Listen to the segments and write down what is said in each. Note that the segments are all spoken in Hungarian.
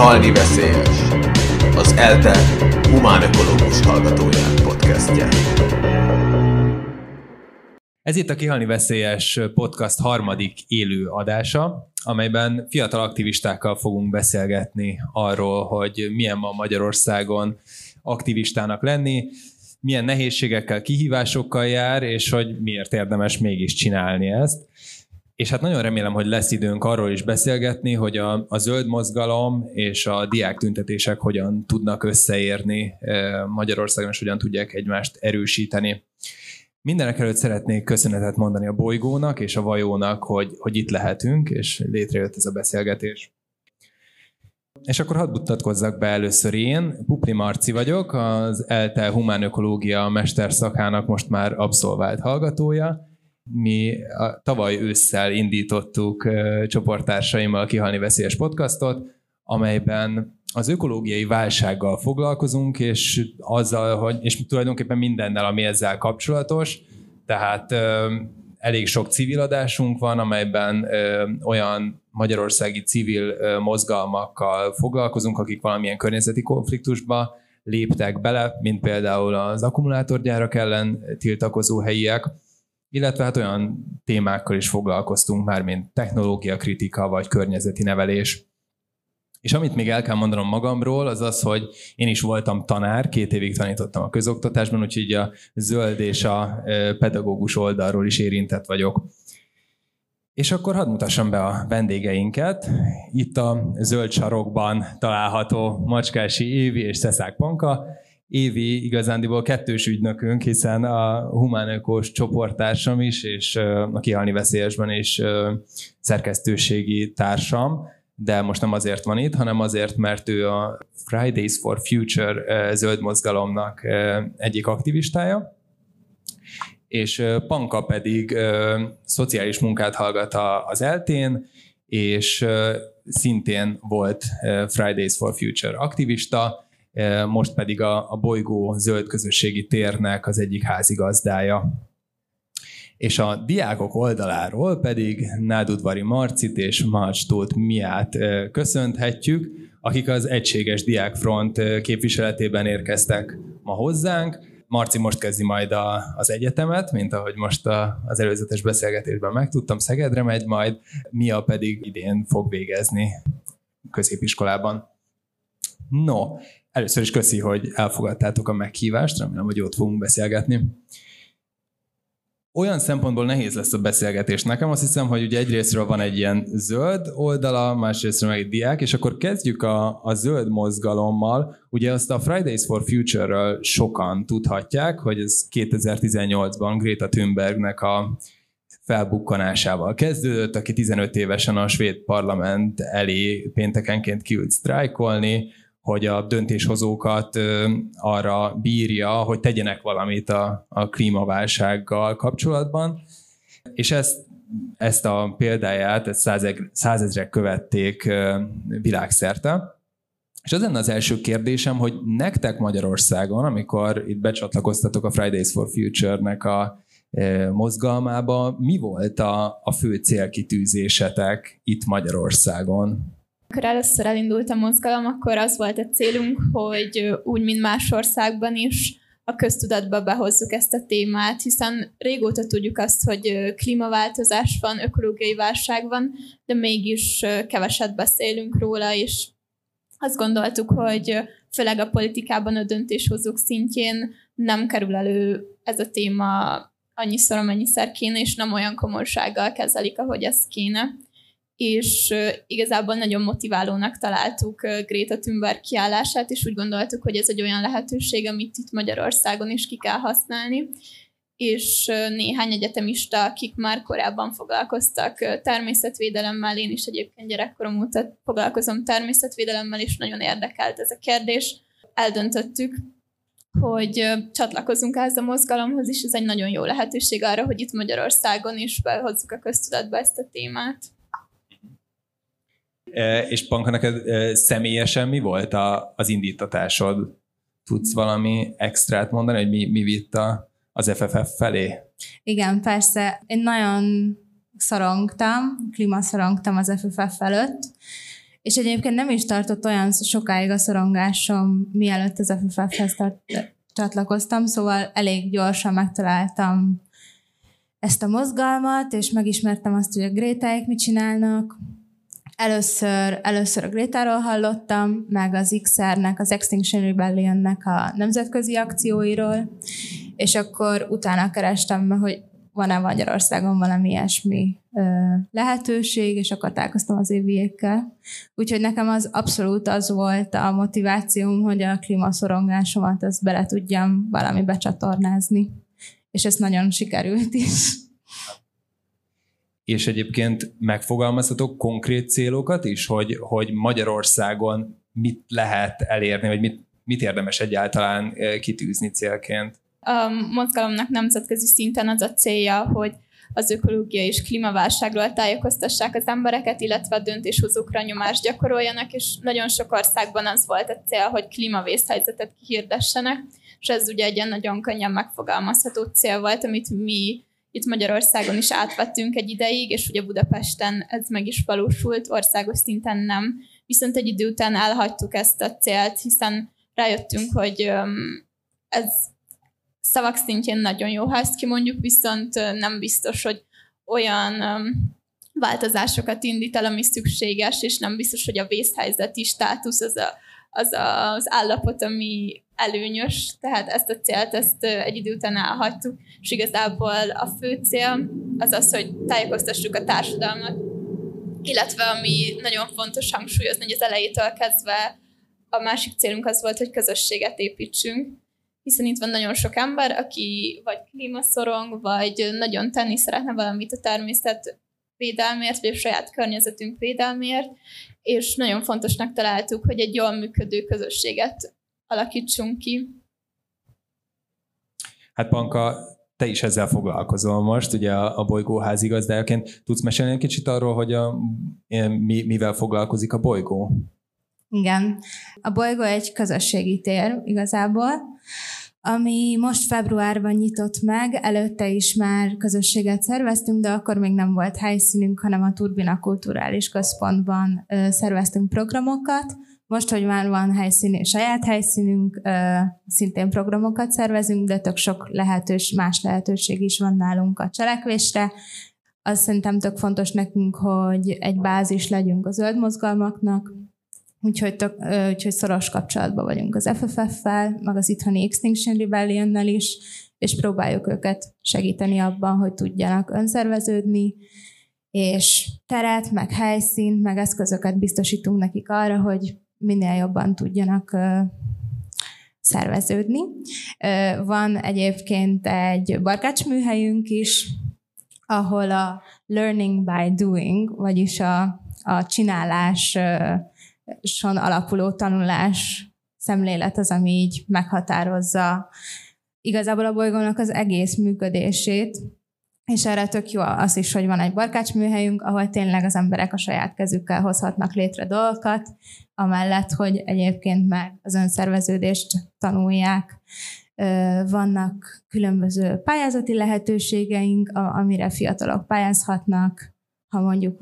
Kihalni veszélyes, az ELTE humánökológus hallgatójának podcastje. Ez itt a Kihalni veszélyes podcast harmadik élő adása, amelyben fiatal aktivistákkal fogunk beszélgetni arról, hogy milyen ma Magyarországon aktivistának lenni, milyen nehézségekkel, kihívásokkal jár, és hogy miért érdemes mégis csinálni ezt. És hát nagyon remélem, hogy lesz időnk arról is beszélgetni, hogy a zöld mozgalom és a diáktüntetések hogyan tudnak összeérni Magyarországon, és hogyan tudják egymást erősíteni. Mindenek előtt szeretnék köszönetet mondani a Bolygónak és a Vajónak, hogy itt lehetünk, és létrejött ez a beszélgetés. És akkor hadd mutatkozzak be először én. Pupli Marci vagyok, az ELTE humánökológia mesterszakának most már abszolvált hallgatója. Mi tavaly ősszel indítottuk csoporttársaimmal a Kihalni veszélyes podcastot, amelyben az ökológiai válsággal foglalkozunk, és azzal, és tulajdonképpen mindennel, ami ezzel kapcsolatos. Tehát elég sok civil adásunk van, amelyben olyan magyarországi civil mozgalmakkal foglalkozunk, akik valamilyen környezeti konfliktusba léptek bele, mint például az akkumulátorgyárak ellen tiltakozó helyiek, illetve hát olyan témákkal is foglalkoztunk már, mint technológia kritika vagy környezeti nevelés. És amit még el kell mondanom magamról, az az, hogy én is voltam tanár, 2 évig tanítottam a közoktatásban, úgyhogy a zöld és a pedagógus oldalról is érintett vagyok. És akkor hadd mutassam be a vendégeinket. Itt a zöld sarokban található Macskási Évi és Szeszák Panka. Évi igazándiból kettős ügynökünk, hiszen a humánökós csoporttársam is, és a Kihalni veszélyesben is szerkesztőségi társam, de most nem azért van itt, hanem azért, mert ő a Fridays for Future zöld mozgalomnak egyik aktivistája, és Panka pedig szociális munkát hallgat az ELTE-n, és szintén volt Fridays for Future aktivista, most pedig a Bolygó zöld közösségi térnek az egyik házigazdája. És a diákok oldaláról pedig Nádudvari Marcit és Malcstóth Miát köszönthetjük, akik az Egységes Diákfront képviseletében érkeztek ma hozzánk. Marci most kezdi majd az egyetemet, mint ahogy most az előzetes beszélgetésben megtudtam, Szegedre megy majd, Mia pedig idén fog végezni középiskolában. No, először is köszi, hogy elfogadtátok a meghívást, remélem, hogy ott fogunk beszélgetni. Olyan szempontból nehéz lesz a beszélgetés nekem, azt hiszem, hogy ugye egyrésztről van egy ilyen zöld oldala, másrésztről meg egy diák, és akkor kezdjük a zöld mozgalommal. Ugye azt a Fridays for Future-ről sokan tudhatják, hogy ez 2018-ban Greta Thunbergnek a felbukkanásával kezdődött, aki 15 évesen a svéd parlament elé péntekenként kiült sztrájkolni, hogy a döntéshozókat arra bírja, hogy tegyenek valamit a klímaválsággal kapcsolatban. És ezt a példáját 100 000-ek követték világszerte. És az lenne az első kérdésem, hogy nektek Magyarországon, amikor itt becsatlakoztatok a Fridays for Future-nek a mozgalmába, mi volt a fő célkitűzésetek itt Magyarországon? Amikor először elindult a mozgalom, akkor az volt a célunk, hogy úgy, mint más országban is a köztudatba behozzuk ezt a témát, hiszen régóta tudjuk azt, hogy klímaváltozás van, ökológiai válság van, de mégis keveset beszélünk róla, és azt gondoltuk, hogy főleg a politikában a döntéshozók szintjén nem kerül elő ez a téma annyiszor, amennyiszer kéne, és nem olyan komolysággal kezelik, ahogy ez kéne. És igazából nagyon motiválónak találtuk Greta Thunberg kiállását, és úgy gondoltuk, hogy ez egy olyan lehetőség, amit itt Magyarországon is ki kell használni. És néhány egyetemista, akik már korábban foglalkoztak természetvédelemmel, én is egyébként gyerekkorom óta foglalkozom természetvédelemmel, és nagyon érdekelt ez a kérdés. Eldöntöttük, hogy csatlakozunk ehhez a mozgalomhoz, és ez egy nagyon jó lehetőség arra, hogy itt Magyarországon is behozzuk a köztudatba ezt a témát. És Panka, neked személyesen mi volt az indítatásod? Tudsz valami extrát mondani, hogy mi vitt az FFF felé? Igen, persze. Én nagyon klímaszorongtam az FFF előtt, És egyébként nem is tartott olyan sokáig a szorongásom, mielőtt az FFF-hez csatlakoztam, szóval elég gyorsan megtaláltam ezt a mozgalmat, és megismertem azt, hogy a Grétáik mit csinálnak. Először a Grétáról hallottam, meg az XR-nek, az Extinction Rebellionnek a nemzetközi akcióiról, és akkor utána kerestem, hogy van-e Magyarországon valami ilyesmi lehetőség, és akkor találkoztam az éviekkel. Úgyhogy nekem az abszolút az volt a motivációm, hogy a klímaszorongásomat azt bele tudjam valamibe csatornázni. És ez nagyon sikerült is. És egyébként megfogalmazhatok konkrét célokat is, hogy Magyarországon mit lehet elérni, vagy mit érdemes egyáltalán kitűzni célként? A mozgalomnak nemzetközi szinten az a célja, hogy az ökológiai és klímaválságról tájékoztassák az embereket, illetve a döntéshozókra nyomást gyakoroljanak, és nagyon sok országban az volt a cél, hogy klímavészhelyzetet kihirdessenek, és ez ugye egy nagyon könnyen megfogalmazható cél volt, amit mi itt Magyarországon is átvettünk egy ideig, és ugye Budapesten ez meg is valósult, országos szinten nem. Viszont egy idő után elhagytuk ezt a célt, hiszen rájöttünk, hogy ez szavak szintjén nagyon jó, ha ezt kimondjuk, viszont nem biztos, hogy olyan változásokat indít el, ami szükséges, és nem biztos, hogy a vészhelyzeti státusz az állapot, ami előnyös, tehát ezt a célt egy idő után elhagytuk, és igazából a fő cél az az, hogy tájékoztassuk a társadalmat, illetve ami nagyon fontos hangsúlyozni, hogy az elejétől kezdve a másik célunk az volt, hogy közösséget építsünk, hiszen itt van nagyon sok ember, aki vagy klímaszorong, vagy nagyon tenni szeretne valamit a természet védelmért, vagy a saját környezetünk védelmért, és nagyon fontosnak találtuk, hogy egy jól működő közösséget alakítsunk ki. Hát Panka, te is ezzel foglalkozol most, ugye a bolygó házigazdájaként. Tudsz mesélni egy kicsit arról, hogy mivel foglalkozik a bolygó? Igen. A bolygó egy közösségi tér igazából, ami most februárban nyitott meg, előtte is már közösséget szerveztünk, de akkor még nem volt helyszínünk, hanem a Turbina Kulturális Központban szerveztünk programokat. Most, hogy már van saját helyszínünk, szintén programokat szervezünk, de tök sok más lehetőség is van nálunk a cselekvésre. Azt szerintem tök fontos nekünk, hogy egy bázis legyünk a zöld mozgalmaknak, úgyhogy szoros kapcsolatban vagyunk az FFF-fel, meg az itthoni Extinction Rebellionnel is, és próbáljuk őket segíteni abban, hogy tudjanak önszerveződni, és teret, meg helyszínt, meg eszközöket biztosítunk nekik arra, hogy minél jobban tudjanak szerveződni. Van egyébként egy barkácsműhelyünk is, ahol a learning by doing, vagyis a csináláson alapuló tanulás szemlélet az, ami így meghatározza igazából a bolygónak az egész működését, és erre tök jó az is, hogy van egy barkácsműhelyünk, ahol tényleg az emberek a saját kezükkel hozhatnak létre dolgokat, amellett, hogy egyébként meg az önszerveződést tanulják. Vannak különböző pályázati lehetőségeink, amire fiatalok pályázhatnak, ha mondjuk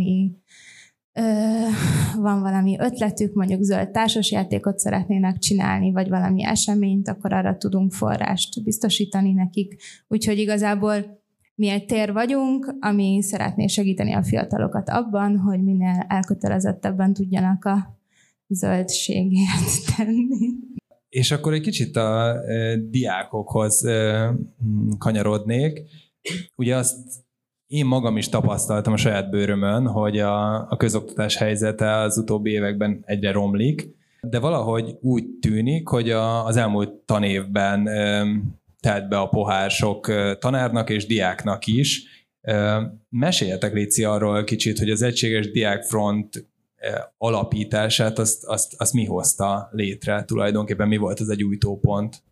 van valami ötletük, mondjuk zöld társasjátékot szeretnének csinálni, vagy valami eseményt, akkor arra tudunk forrást biztosítani nekik. Úgyhogy igazából mi egy tér vagyunk, ami szeretné segíteni a fiatalokat abban, hogy minél elkötelezettebben tudjanak a zöldségért tenni. És akkor egy kicsit a diákokhoz kanyarodnék. Ugye azt én magam is tapasztaltam a saját bőrömön, hogy a közoktatás helyzete az utóbbi években egyre romlik, de valahogy úgy tűnik, hogy az elmúlt tanévben telt be a pohár sok tanárnak és diáknak is. Meséljetek, Léci, arról kicsit, hogy az Egységes Diákfront alapítását azt mi hozta létre tulajdonképpen, mi volt az egy újtópont?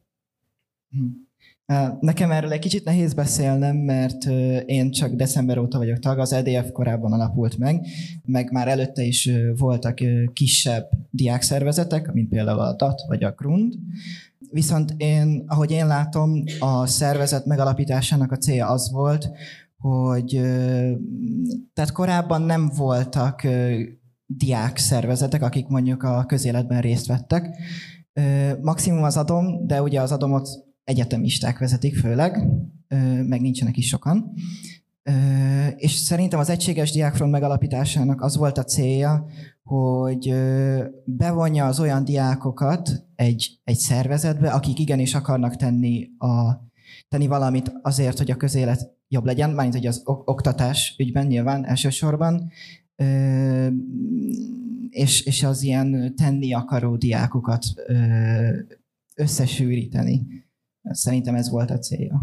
Nekem erről egy kicsit nehéz beszélnem, mert én csak december óta vagyok tag, az EDF korábban alapult meg már előtte is voltak kisebb diákszervezetek, mint például a DAT vagy a Grund. Viszont ahogy én látom, a szervezet megalapításának a célja az volt, hogy tehát korábban nem voltak diák szervezetek, akik mondjuk a közéletben részt vettek. Maximum az ADOM, de ugye az ADOM-ot egyetemisták vezetik főleg, meg nincsenek is sokan. És szerintem az Egységes Diákfront megalapításának az volt a célja, hogy bevonja az olyan diákokat egy szervezetbe, akik igenis akarnak tenni valamit azért, hogy a közélet jobb legyen, mármint hogy az oktatás ügyben nyilván elsősorban, és az ilyen tenni akaró diákokat összesűríteni. Szerintem ez volt a célja.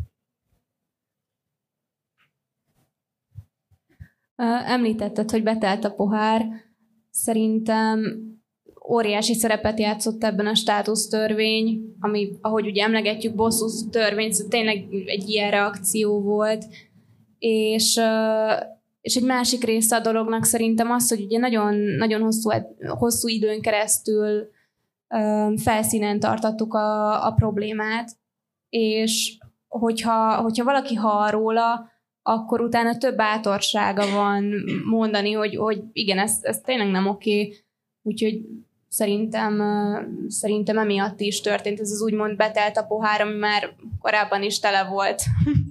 Említetted, hogy betelt a pohár. Szerintem óriási szerepet játszott ebben a státusztörvény, ami, ahogy ugye emlegetjük, bosszú törvény, szóval tényleg egy ilyen reakció volt. És egy másik része a dolognak szerintem az, hogy ugye nagyon, nagyon hosszú időn keresztül felszínen tartottuk a problémát, és hogyha valaki hall róla, akkor utána több bátorsága van mondani, hogy igen, ez tényleg nem oké. Úgyhogy szerintem emiatt is történt ez az úgymond betelt a pohár, ami már korábban is tele volt.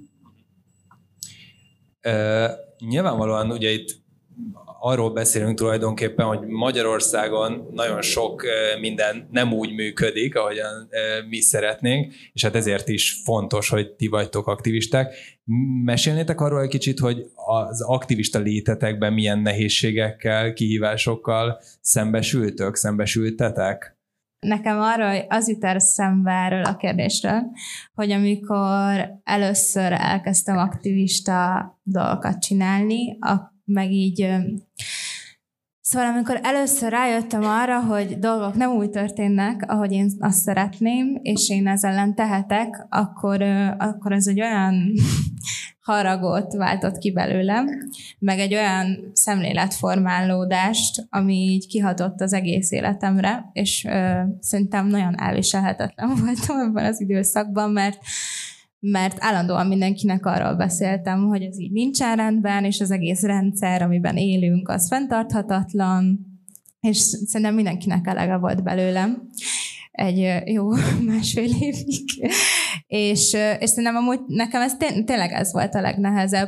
Nyilvánvalóan ugye itt arról beszélünk tulajdonképpen, hogy Magyarországon nagyon sok minden nem úgy működik, ahogyan mi szeretnénk, és hát ezért is fontos, hogy ti vagytok aktivisták. Mesélnétek arról egy kicsit, hogy az aktivista létetekben milyen nehézségekkel, kihívásokkal szembesültetek? Nekem arra az jut eszembe erről a kérdésről, hogy amikor először elkezdtem aktivista dolgokat csinálni, meg így... Szóval amikor először rájöttem arra, hogy dolgok nem úgy történnek, ahogy én azt szeretném, és én ezzel ellen tehetek, akkor ez egy olyan haragot váltott ki belőlem, meg egy olyan szemléletformálódást, ami így kihatott az egész életemre, és szerintem nagyon elviselhetetlen voltam ebben az időszakban, mert állandóan mindenkinek arról beszéltem, hogy ez így nincsen rendben, és az egész rendszer, amiben élünk, az fenntarthatatlan, és szerintem mindenkinek elege volt belőlem egy jó másfél évig. És szerintem amúgy nekem ez tényleg ez volt a legnehezebb,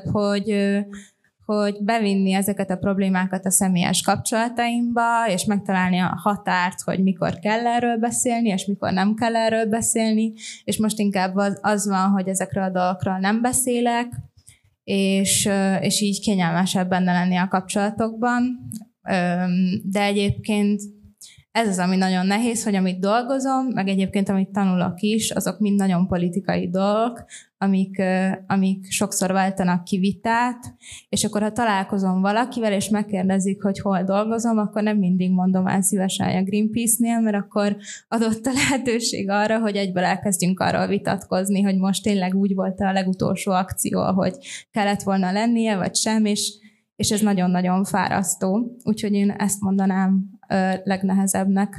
hogy bevinni ezeket a problémákat a személyes kapcsolataimba, és megtalálni a határt, hogy mikor kell erről beszélni, és mikor nem kell erről beszélni, és most inkább az van, hogy ezekről a dolgokról nem beszélek, és így kényelmesebb benne lenni a kapcsolatokban. De egyébként ez az, ami nagyon nehéz, hogy amit dolgozom, meg egyébként amit tanulok is, azok mind nagyon politikai dolgok, amik sokszor váltanak ki vitát, és akkor ha találkozom valakivel, és megkérdezik, hogy hol dolgozom, akkor nem mindig mondom el szívesen a Greenpeace-nél, mert akkor adott a lehetőség arra, hogy egyből elkezdjünk arról vitatkozni, hogy most tényleg úgy volt a legutolsó akció, ahogy kellett volna lennie, vagy sem, és ez nagyon-nagyon fárasztó. Úgyhogy én ezt mondanám legnehezebbnek.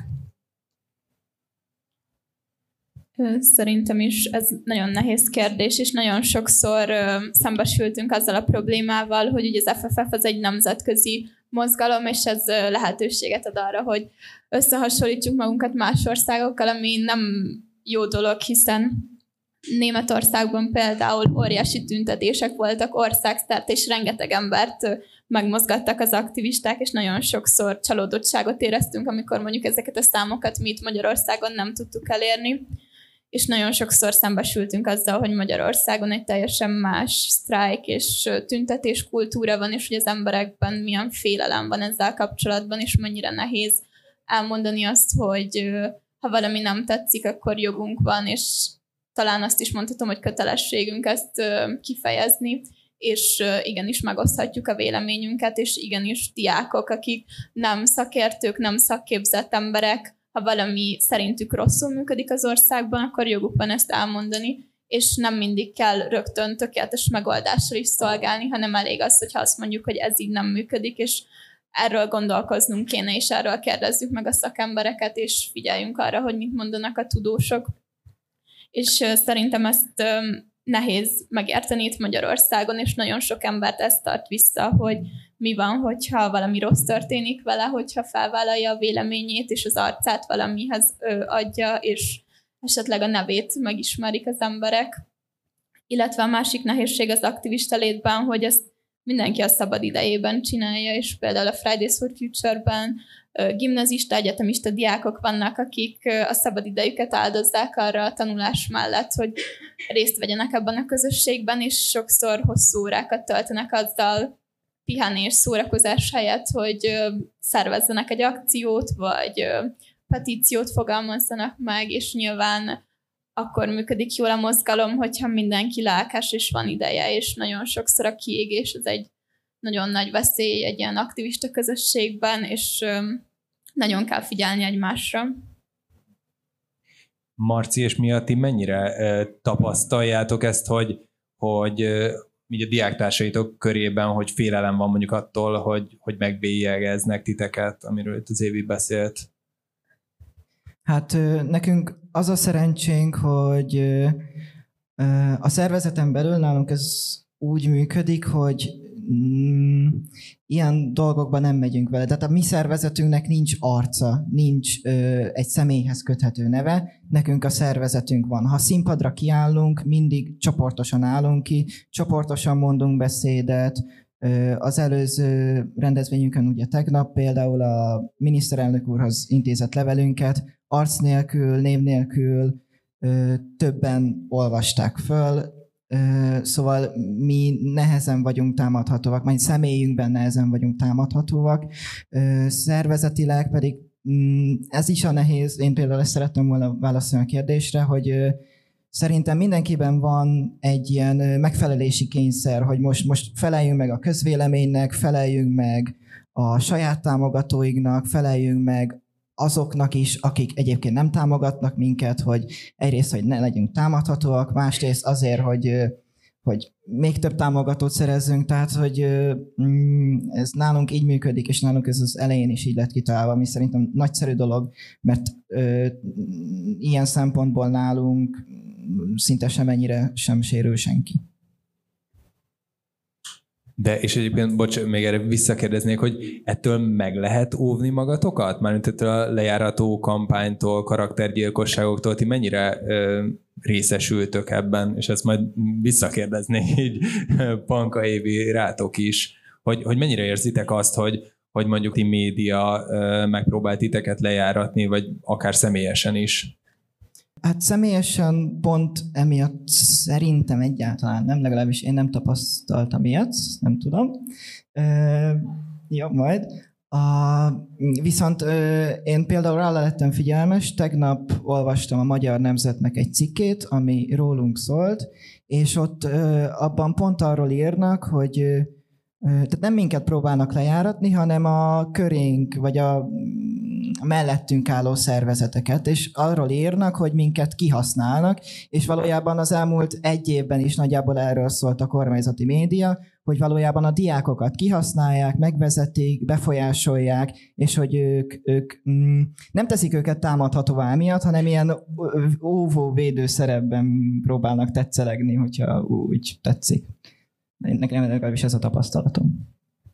Szerintem is ez nagyon nehéz kérdés, és nagyon sokszor szembesültünk azzal a problémával, hogy ugye az FFF az egy nemzetközi mozgalom, és ez lehetőséget ad arra, hogy összehasonlítsuk magunkat más országokkal, ami nem jó dolog, hiszen Németországban például óriási tüntetések voltak országszerte, és rengeteg embert megmozgattak az aktivisták, és nagyon sokszor csalódottságot éreztünk, amikor mondjuk ezeket a számokat mi itt Magyarországon nem tudtuk elérni, és nagyon sokszor szembesültünk azzal, hogy Magyarországon egy teljesen más sztrájk és tüntetés kultúra van, és hogy az emberekben milyen félelem van ezzel kapcsolatban, és mennyire nehéz elmondani azt, hogy ha valami nem tetszik, akkor jogunk van, és talán azt is mondhatom, hogy kötelességünk ezt kifejezni, és igenis megoszthatjuk a véleményünket, és igenis diákok, akik nem szakértők, nem szakképzett emberek, ha valami szerintük rosszul működik az országban, akkor joguk van ezt elmondani, és nem mindig kell rögtön tökéletes megoldással is szolgálni, hanem elég az, hogyha azt mondjuk, hogy ez így nem működik, és erről gondolkoznunk kéne, és erről kérdezzük meg a szakembereket, és figyeljünk arra, hogy mit mondanak a tudósok. És szerintem ezt nehéz megérteni itt Magyarországon, és nagyon sok embert ezt tart vissza, hogy mi van, hogyha valami rossz történik vele, hogyha felvállalja a véleményét, és az arcát valamihez adja, és esetleg a nevét megismerik az emberek. Illetve a másik nehézség az aktivista létben, hogy ezt mindenki a szabad idejében csinálja, és például a Fridays for Future-ben gimnazista, egyetemista diákok vannak, akik a szabad idejüket áldozzák arra a tanulás mellett, hogy részt vegyenek ebben a közösségben, és sokszor hosszú órákat töltenek azzal pihenés, szórakozás helyett, hogy szervezzenek egy akciót, vagy petíciót fogalmazzanak meg, és nyilván akkor működik jól a mozgalom, hogyha mindenki lelkes és van ideje, és nagyon sokszor a kiégés az egy nagyon nagy veszély egy ilyen aktivista közösségben, és nagyon kell figyelni egymásra. Marci és Mia, ti mennyire tapasztaljátok ezt, hogy így a diáktársaitok körében, hogy félelem van mondjuk attól, hogy megbélyegeznek titeket, amiről itt az Évi beszélt? Hát nekünk az a szerencsénk, hogy a szervezeten belül nálunk ez úgy működik, hogy ilyen dolgokban nem megyünk vele. Tehát a mi szervezetünknek nincs arca, nincs egy személyhez köthető neve, nekünk a szervezetünk van. Ha színpadra kiállunk, mindig csoportosan állunk ki, csoportosan mondunk beszédet. Az előző rendezvényünkön ugye tegnap például a miniszterelnök úrhoz intézett levelünket arc nélkül, név nélkül többen olvasták föl, szóval mi nehezen vagyunk támadhatóak, majd személyünkben nehezen vagyunk támadhatóak, szervezetileg pedig ez is a nehéz, én például ezt szerettem volna válaszolni a kérdésre, hogy szerintem mindenkiben van egy ilyen megfelelési kényszer, hogy most feleljünk meg a közvéleménynek, feleljünk meg a saját támogatóinknak, feleljünk meg azoknak is, akik egyébként nem támogatnak minket, hogy egyrészt, hogy ne legyünk támadhatóak, másrészt azért, hogy még több támogatót szerezzünk, tehát, hogy ez nálunk így működik, és nálunk ez az elején is így lett kitalálva, ami szerintem nagyszerű dolog, mert ilyen szempontból nálunk szinte semennyire sem sérül senki. De és egyébként, bocs, még erre visszakérdeznék, hogy ettől meg lehet óvni magatokat? Mármint ettől a lejárató kampánytól, karaktergyilkosságoktól, ti mennyire részesültök ebben? És ezt majd visszakérdeznék így Panka, Évi, rátok is, hogy mennyire érzitek azt, hogy mondjuk ti média megpróbált titeket lejáratni, vagy akár személyesen is? Hát személyesen pont emiatt szerintem egyáltalán nem, legalábbis én nem tapasztaltam ilyet, nem tudom. Jó, majd. Viszont én például rá lettem figyelmes, tegnap olvastam a Magyar Nemzetnek egy cikkét, ami rólunk szólt, és ott abban pont arról írnak, hogy tehát nem minket próbálnak lejáratni, hanem a körénk, vagy a mellettünk álló szervezeteket, és arról írnak, hogy minket kihasználnak, és valójában az elmúlt egy évben is nagyjából erről szólt a kormányzati média, hogy valójában a diákokat kihasználják, megvezetik, befolyásolják, és hogy ők nem teszik őket támadhatóvá miatt, hanem ilyen óvó-védő szerepben próbálnak tetszelegni, hogyha úgy tetszik. Nekem legalábbis ez a tapasztalatom.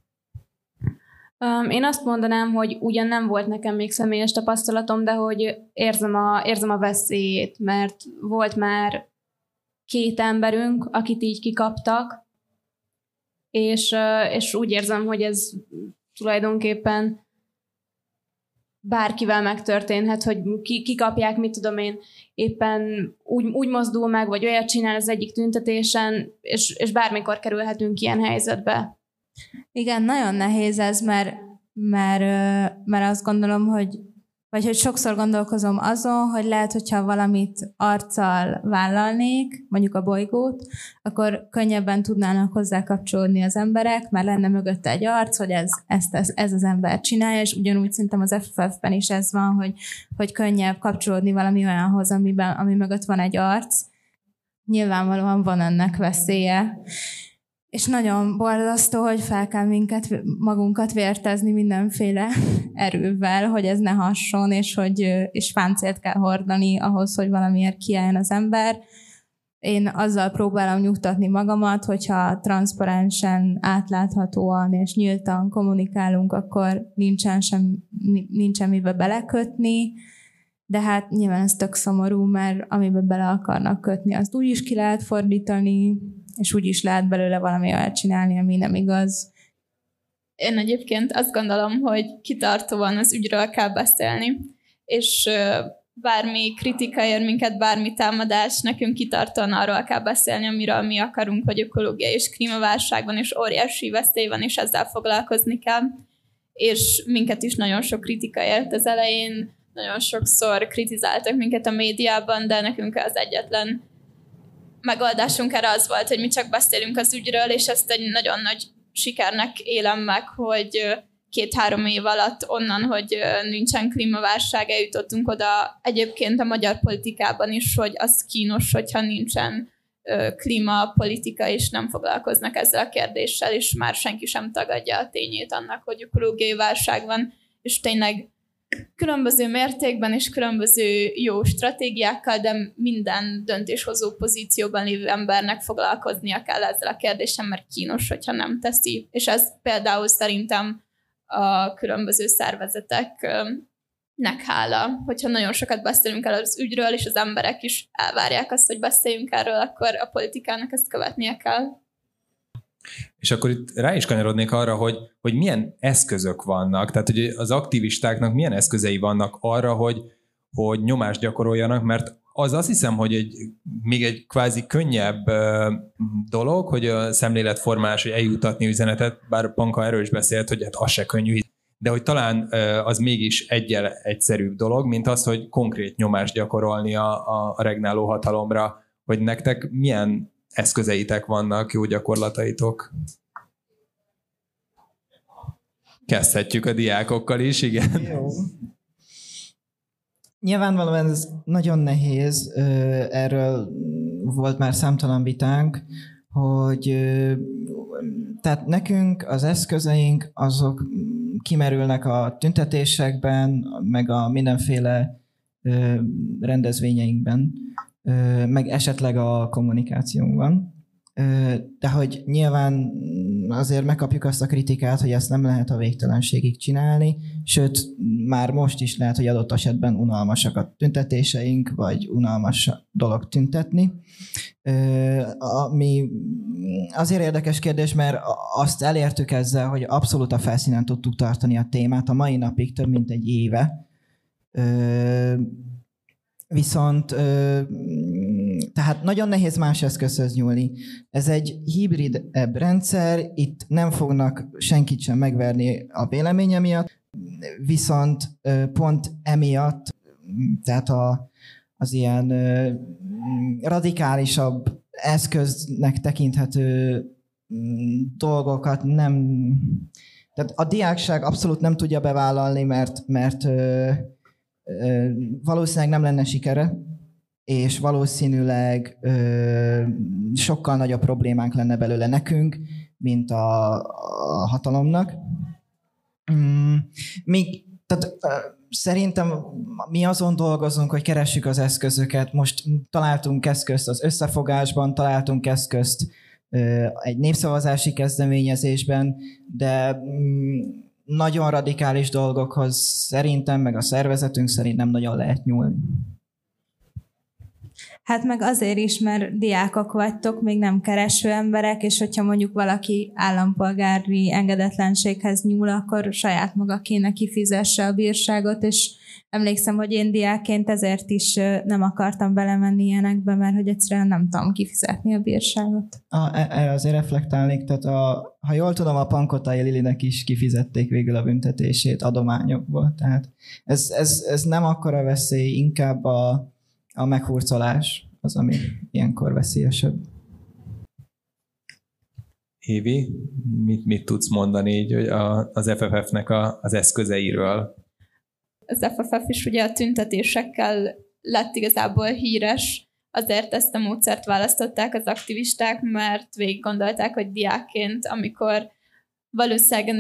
Én azt mondanám, hogy ugyan nem volt nekem még személyes tapasztalatom, de hogy érzem a veszélyét, mert volt már 2 emberünk, akit így kikaptak, és úgy érzem, hogy ez tulajdonképpen bárkivel megtörténhet, hogy kikapják, mit tudom én, éppen úgy mozdul meg, vagy olyat csinál az egyik tüntetésen, és bármikor kerülhetünk ilyen helyzetbe. Igen, nagyon nehéz ez, mert azt gondolom, hogy sokszor gondolkozom azon, hogy lehet, hogyha valamit arccal vállalnék, mondjuk a bolygót, akkor könnyebben tudnának hozzá kapcsolódni az emberek, mert lenne mögötte egy arc, hogy ez az ember csinálja, és ugyanúgy szerintem az FFF-ben is ez van, hogy könnyebb kapcsolódni valami olyanhoz, ami mögött van egy arc. Nyilvánvalóan van ennek veszélye. És nagyon borzasztó, hogy fel kell magunkat vértezni mindenféle erővel, hogy ez ne hasson, és páncélt kell hordani ahhoz, hogy valamiért kiálljon az ember. Én azzal próbálom nyugtatni magamat, hogyha transzparensen, átláthatóan és nyíltan kommunikálunk, akkor nincsen mibe belekötni, de hát nyilván ez tök szomorú, mert amiben bele akarnak kötni, azt úgy is ki lehet fordítani, és úgy is lehet belőle valami olyat csinálni, ami nem igaz. Én egyébként azt gondolom, hogy kitartóan az ügyről kell beszélni, és bármi kritika ér minket, bármi támadás, nekünk kitartóan arról kell beszélni, amiről mi akarunk, hogy ökológiai és klímaválság van, és óriási veszély van, és ezzel foglalkozni kell. És minket is nagyon sok kritika ért az elején, nagyon sokszor kritizáltak minket a médiában, de nekünk az egyetlen megoldásunk erre az volt, hogy mi csak beszélünk az ügyről, és ezt egy nagyon nagy sikernek élem meg, hogy 2-3 év alatt onnan, hogy nincsen klímaválság, eljutottunk oda egyébként a magyar politikában is, hogy az kínos, hogyha nincsen klímapolitika, és nem foglalkoznak ezzel a kérdéssel, és már senki sem tagadja a tényét annak, hogy ökológiai válság van, és tényleg különböző mértékben és különböző jó stratégiákkal, de minden döntéshozó pozícióban lévő embernek foglalkoznia kell ezzel a kérdéssel, mert kínos, hogyha nem teszi. És ez például szerintem a különböző szervezeteknek hála. Hogyha nagyon sokat beszélünk el az ügyről, és az emberek is elvárják azt, hogy beszéljünk erről, akkor a politikának ezt követnie kell. És akkor itt rá is kanyarodnék arra, hogy milyen eszközök vannak, tehát hogy az aktivistáknak milyen eszközei vannak arra, hogy nyomást gyakoroljanak, mert az azt hiszem, hogy még egy kvázi könnyebb dolog, hogy a szemléletformálás, hogy eljutatni üzenetet, bár Panka erről is beszélt, hogy hát az se könnyű, de hogy talán az mégis egyszerűbb dolog, mint az, hogy konkrét nyomást gyakorolni a regnáló hatalomra, hogy nektek milyen eszközeitek vannak, jó gyakorlataitok. Kezdhetjük a diákokkal is, igen. Jó. Nyilvánvalóan ez nagyon nehéz, erről volt már számtalan vitánk, hogy tehát nekünk az eszközeink azok kimerülnek a tüntetésekben, meg a mindenféle rendezvényeinkben, meg esetleg a kommunikációnkban. De hogy nyilván azért megkapjuk azt a kritikát, hogy ezt nem lehet a végtelenségig csinálni, sőt, már most is lehet, hogy adott esetben unalmasak a tüntetéseink, vagy unalmas dolog tüntetni. Ami azért érdekes kérdés, mert azt elértük ezzel, hogy abszolút a felszínen tudtuk tartani a témát a mai napig több mint egy éve. Viszont tehát nagyon nehéz más eszközhöz nyúlni. Ez egy hibridebb rendszer, itt nem fognak senkit sem megverni a véleménye miatt, viszont pont emiatt, tehát az ilyen radikálisabb eszköznek tekinthető dolgokat nem... Tehát a diákság abszolút nem tudja bevállalni, mert valószínűleg nem lenne sikere, és valószínűleg sokkal nagyobb problémánk lenne belőle nekünk, mint a hatalomnak. Szerintem mi azon dolgozunk, hogy keressük az eszközöket. Most találtunk eszközt az összefogásban, találtunk eszközt egy népszavazási kezdeményezésben, de nagyon radikális dolgokhoz szerintem, meg a szervezetünk szerint nem nagyon lehet nyúlni. Hát meg azért is, mert diákok vagytok, még nem kereső emberek, és hogyha mondjuk valaki állampolgári engedetlenséghez nyúl, akkor saját maga kéne kifizesse a bírságot, és emlékszem, hogy én diákként ezért is nem akartam belemenni ilyenekbe, mert hogy egyszerűen nem tudom kifizetni a bírságot. Erre azért reflektálnék, tehát ha jól tudom, a Pankotai Lilinek is kifizették végül a büntetését adományokból, tehát ez nem akkora veszély, inkább a meghurcolás az, ami ilyenkor veszélyesebb. Évi, mit tudsz mondani így az FFF-nek az eszközeiről? Az FFF is ugye a tüntetésekkel lett igazából híres, azért ezt a módszert választották az aktivisták, mert végig gondolták, hogy diákként, amikor valószínűleg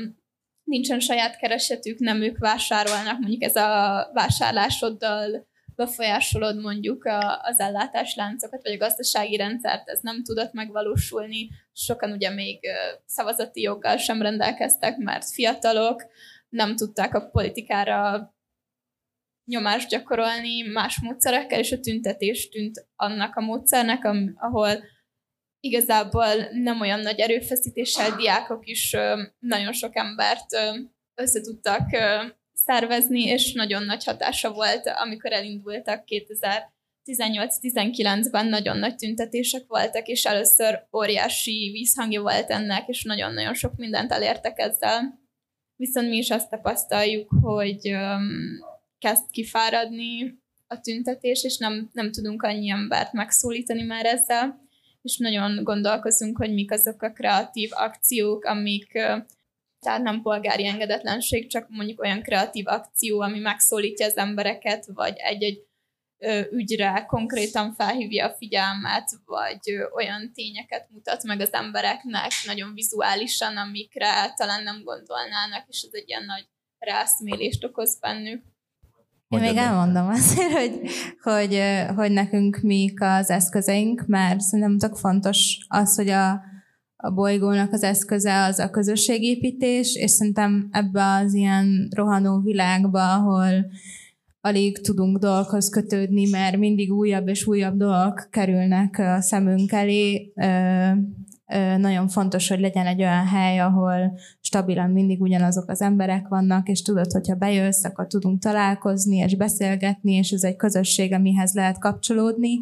nincsen saját keresetük, nem ők vásárolnak, mondjuk ez a vásárlásoddal befolyásolod mondjuk az ellátásláncokat, vagy a gazdasági rendszert, ez nem tudott megvalósulni. Sokan ugye még szavazati joggal sem rendelkeztek, mert fiatalok, nem tudták a politikára nyomást gyakorolni más módszerekkel, és a tüntetés tűnt annak a módszernek, ahol igazából nem olyan nagy erőfeszítéssel diákok is nagyon sok embert össze tudtak szervezni, és nagyon nagy hatása volt, amikor elindultak 2018-19-ben nagyon nagy tüntetések voltak, és először óriási vízhangja volt ennek, és nagyon-nagyon sok mindent elértek ezzel. Viszont mi is azt tapasztaljuk, hogy kezd kifáradni a tüntetés, és nem tudunk annyi embert megszólítani már ezzel, és nagyon gondolkozunk, hogy mik azok a kreatív akciók, amik, tehát nem polgári engedetlenség, csak mondjuk olyan kreatív akció, ami megszólítja az embereket, vagy egy-egy ügyre konkrétan felhívja a figyelmet, vagy olyan tényeket mutat meg az embereknek nagyon vizuálisan, amikre talán nem gondolnának, és ez egy ilyen nagy rászmélést okoz bennük. Én még elmondom azért, hogy nekünk mik az eszközeink, mert szerintem tök fontos az, hogy a bolygónak az eszköze az a közösségépítés, és szerintem ebbe az ilyen rohanó világba, ahol alig tudunk dolgokhoz kötődni, mert mindig újabb és újabb dolgok kerülnek a szemünk elé. Nagyon fontos, hogy legyen egy olyan hely, ahol stabilan mindig ugyanazok az emberek vannak, és tudod, hogyha bejössz, akkor tudunk találkozni és beszélgetni, és ez egy közösség, amihez lehet kapcsolódni.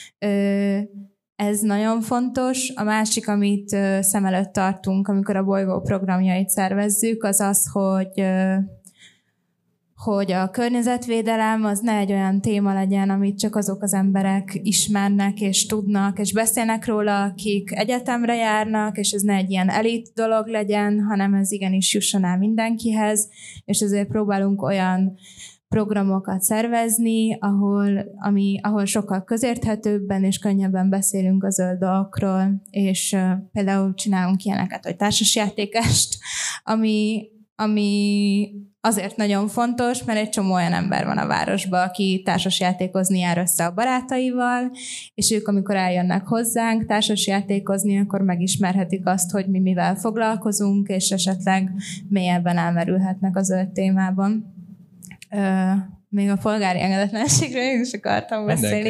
Ez nagyon fontos. A másik, amit szem előtt tartunk, amikor a bolygó programjait szervezzük, az az, hogy a környezetvédelem az ne egy olyan téma legyen, amit csak azok az emberek ismernek és tudnak, és beszélnek róla, akik egyetemre járnak, és ez ne egy ilyen elit dolog legyen, hanem ez igenis jusson el mindenkihez, és ezért próbálunk olyan programokat szervezni, ahol sokkal közérthetőbben és könnyebben beszélünk a zöld dolgokról, és például csinálunk ilyeneket, hogy társasjátékest, ami azért nagyon fontos, mert egy csomó olyan ember van a városban, aki társasjátékozni jár össze a barátaival, és ők, amikor eljönnek hozzánk társasjátékozni, akkor megismerhetik azt, hogy mi mivel foglalkozunk, és esetleg mélyebben elmerülhetnek a zöld témában. Még a polgári engedetlenségről is akartam beszélni,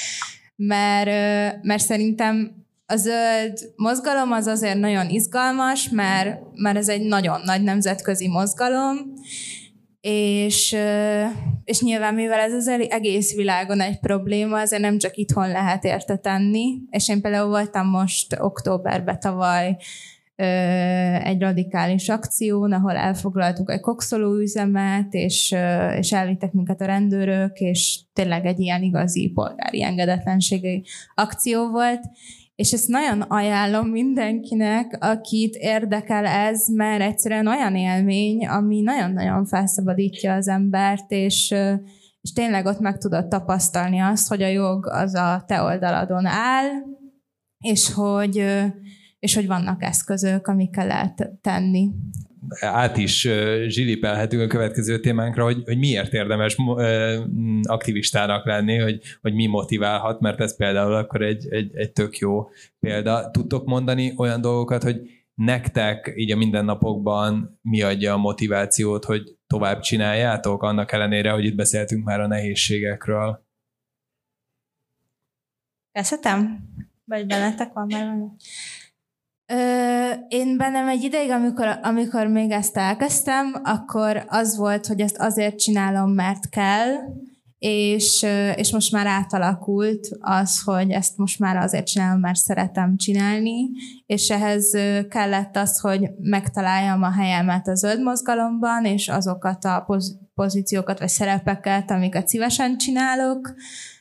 mert szerintem a zöld mozgalom az azért nagyon izgalmas, mert ez egy nagyon nagy nemzetközi mozgalom, és nyilván mivel ez az egész világon egy probléma, ezért nem csak itthon lehet érte tenni, és én például voltam most októberben tavaly egy radikális akción, ahol elfoglaltuk egy kokszolóüzemet, és elvittek minket a rendőrök, és tényleg egy ilyen igazi polgári engedetlenségi akció volt, és ezt nagyon ajánlom mindenkinek, akit érdekel ez, mert egyszerűen olyan élmény, ami nagyon-nagyon felszabadítja az embert, és tényleg ott meg tudod tapasztalni azt, hogy a jog az a te oldaladon áll, és hogy vannak eszközök, amikkel lehet tenni. Át is zsilipelhetünk a következő témánkra, hogy miért érdemes aktivistának lenni, hogy mi motiválhat, mert ez például akkor egy tök jó példa. Tudtok mondani olyan dolgokat, hogy nektek így a mindennapokban mi adja a motivációt, hogy tovább csináljátok, annak ellenére, hogy itt beszéltünk már a nehézségekről? Kezdhetem? Vagy bennetek van már valami? Én bennem egy ideig, amikor még ezt elkezdtem, akkor az volt, hogy ezt azért csinálom, mert kell, és most már átalakult az, hogy ezt most már azért csinálom, mert szeretem csinálni, és ehhez kellett az, hogy megtaláljam a helyemet a zöld mozgalomban, és azokat a pozíciókat vagy szerepeket, amiket szívesen csinálok,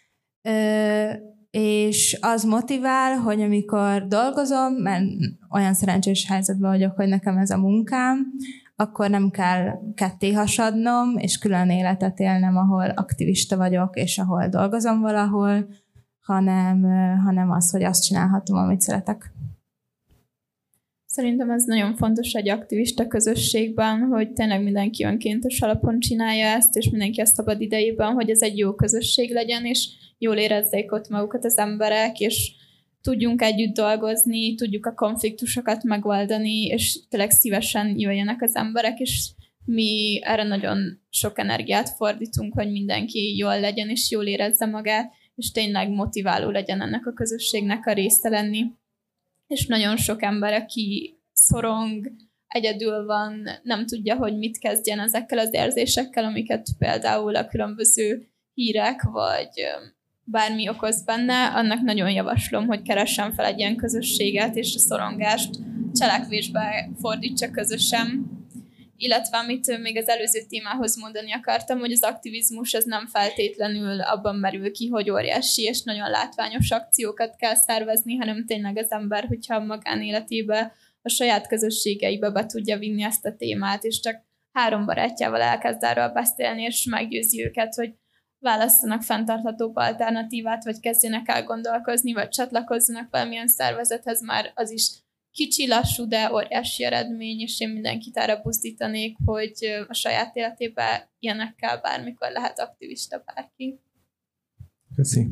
és az motivál, hogy amikor dolgozom, mert olyan szerencsés helyzetben vagyok, hogy nekem ez a munkám, akkor nem kell ketté hasadnom, és külön életet élnem, ahol aktivista vagyok, és ahol dolgozom valahol, hanem az, hogy azt csinálhatom, amit szeretek. Szerintem ez nagyon fontos egy aktivista közösségben, hogy tényleg mindenki önkéntes alapon csinálja ezt, és mindenki a szabad idejében, hogy ez egy jó közösség legyen, és jól érezzék ott magukat az emberek, és tudjunk együtt dolgozni, tudjuk a konfliktusokat megoldani, és tényleg szívesen jöjjenek az emberek, és mi erre nagyon sok energiát fordítunk, hogy mindenki jól legyen, és jól érezze magát, és tényleg motiváló legyen ennek a közösségnek a része lenni. És nagyon sok ember, aki szorong, egyedül van, nem tudja, hogy mit kezdjen ezekkel az érzésekkel, amiket például a különböző hírek, vagy bármi okoz benne, annak nagyon javaslom, hogy keressen fel egy ilyen közösséget, és a szorongást cselekvésbe fordítsa közösen. Illetve amit még az előző témához mondani akartam, hogy az aktivizmus az nem feltétlenül abban merül ki, hogy óriási és nagyon látványos akciókat kell szervezni, hanem tényleg az ember, hogyha a magánéletébe, a saját közösségeibe be tudja vinni ezt a témát, és csak 3 barátjával elkezd erről beszélni, és meggyőzi őket, hogy válasszanak fenntarthatóbb alternatívát, vagy kezdjenek el gondolkozni, vagy csatlakozzanak valamilyen szervezethez, már az is kicsi, lassú, de óriási eredmény, és én mindenkit erre buzdítanék, hogy a saját életében ilyenekkel bármikor lehet aktivista bárki. Köszi.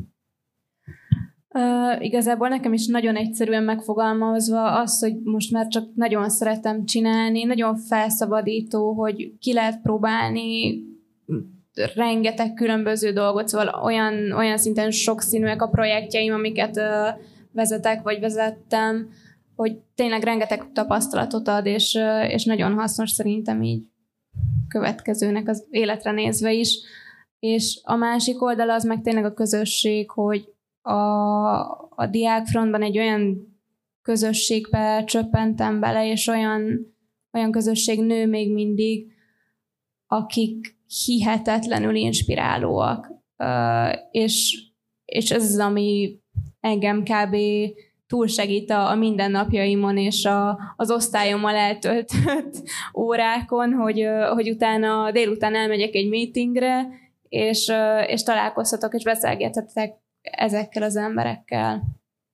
Igazából nekem is nagyon egyszerűen megfogalmazva az, hogy most már csak nagyon szeretem csinálni, nagyon felszabadító, hogy ki lehet próbálni rengeteg különböző dolgot, szóval olyan szinten sokszínűek a projektjeim, amiket vezetek, vagy vezettem, hogy tényleg rengeteg tapasztalatot ad, és nagyon hasznos szerintem így következőnek az életre nézve is. És a másik oldala az meg tényleg a közösség, hogy a diákfrontban egy olyan közösségbe csöppentem bele, és olyan közösség nő még mindig, akik hihetetlenül inspirálóak. És ez az, ami engem kb. Túlsegít a mindennapjaimon és az osztályommal eltöltött órákon, hogy utána délután elmegyek egy meetingre, és találkozhatok, és beszélgethetek ezekkel az emberekkel.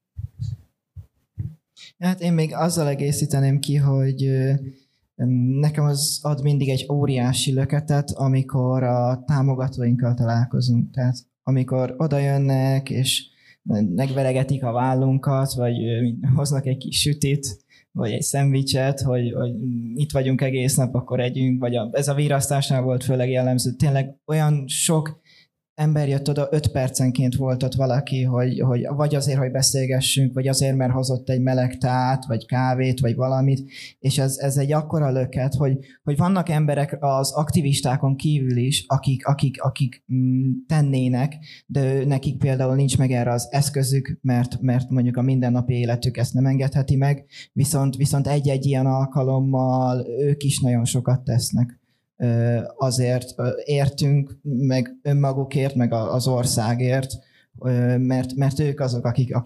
Hát én még azzal egészíteném ki, hogy nekem az ad mindig egy óriási löketet, amikor a támogatóinkkal találkozunk. Tehát amikor oda jönnek, és megveregetik a vállunkat, vagy hoznak egy kis sütit, vagy egy szendvicset, hogy itt vagyunk egész nap, akkor együnk, vagy ez a virasztásnál volt főleg jellemző. Tényleg olyan sok ember jött oda, 5 percenként volt ott valaki, hogy vagy azért, hogy beszélgessünk, vagy azért, mert hozott egy meleg teát, vagy kávét, vagy valamit, és ez egy akkora löket, hogy vannak emberek az aktivistákon kívül is, akik tennének, de nekik például nincs meg erre az eszközük, mert mondjuk a mindennapi életük ezt nem engedheti meg, viszont egy-egy ilyen alkalommal ők is nagyon sokat tesznek. Azért értünk, meg önmagukért, meg az országért, mert ők azok,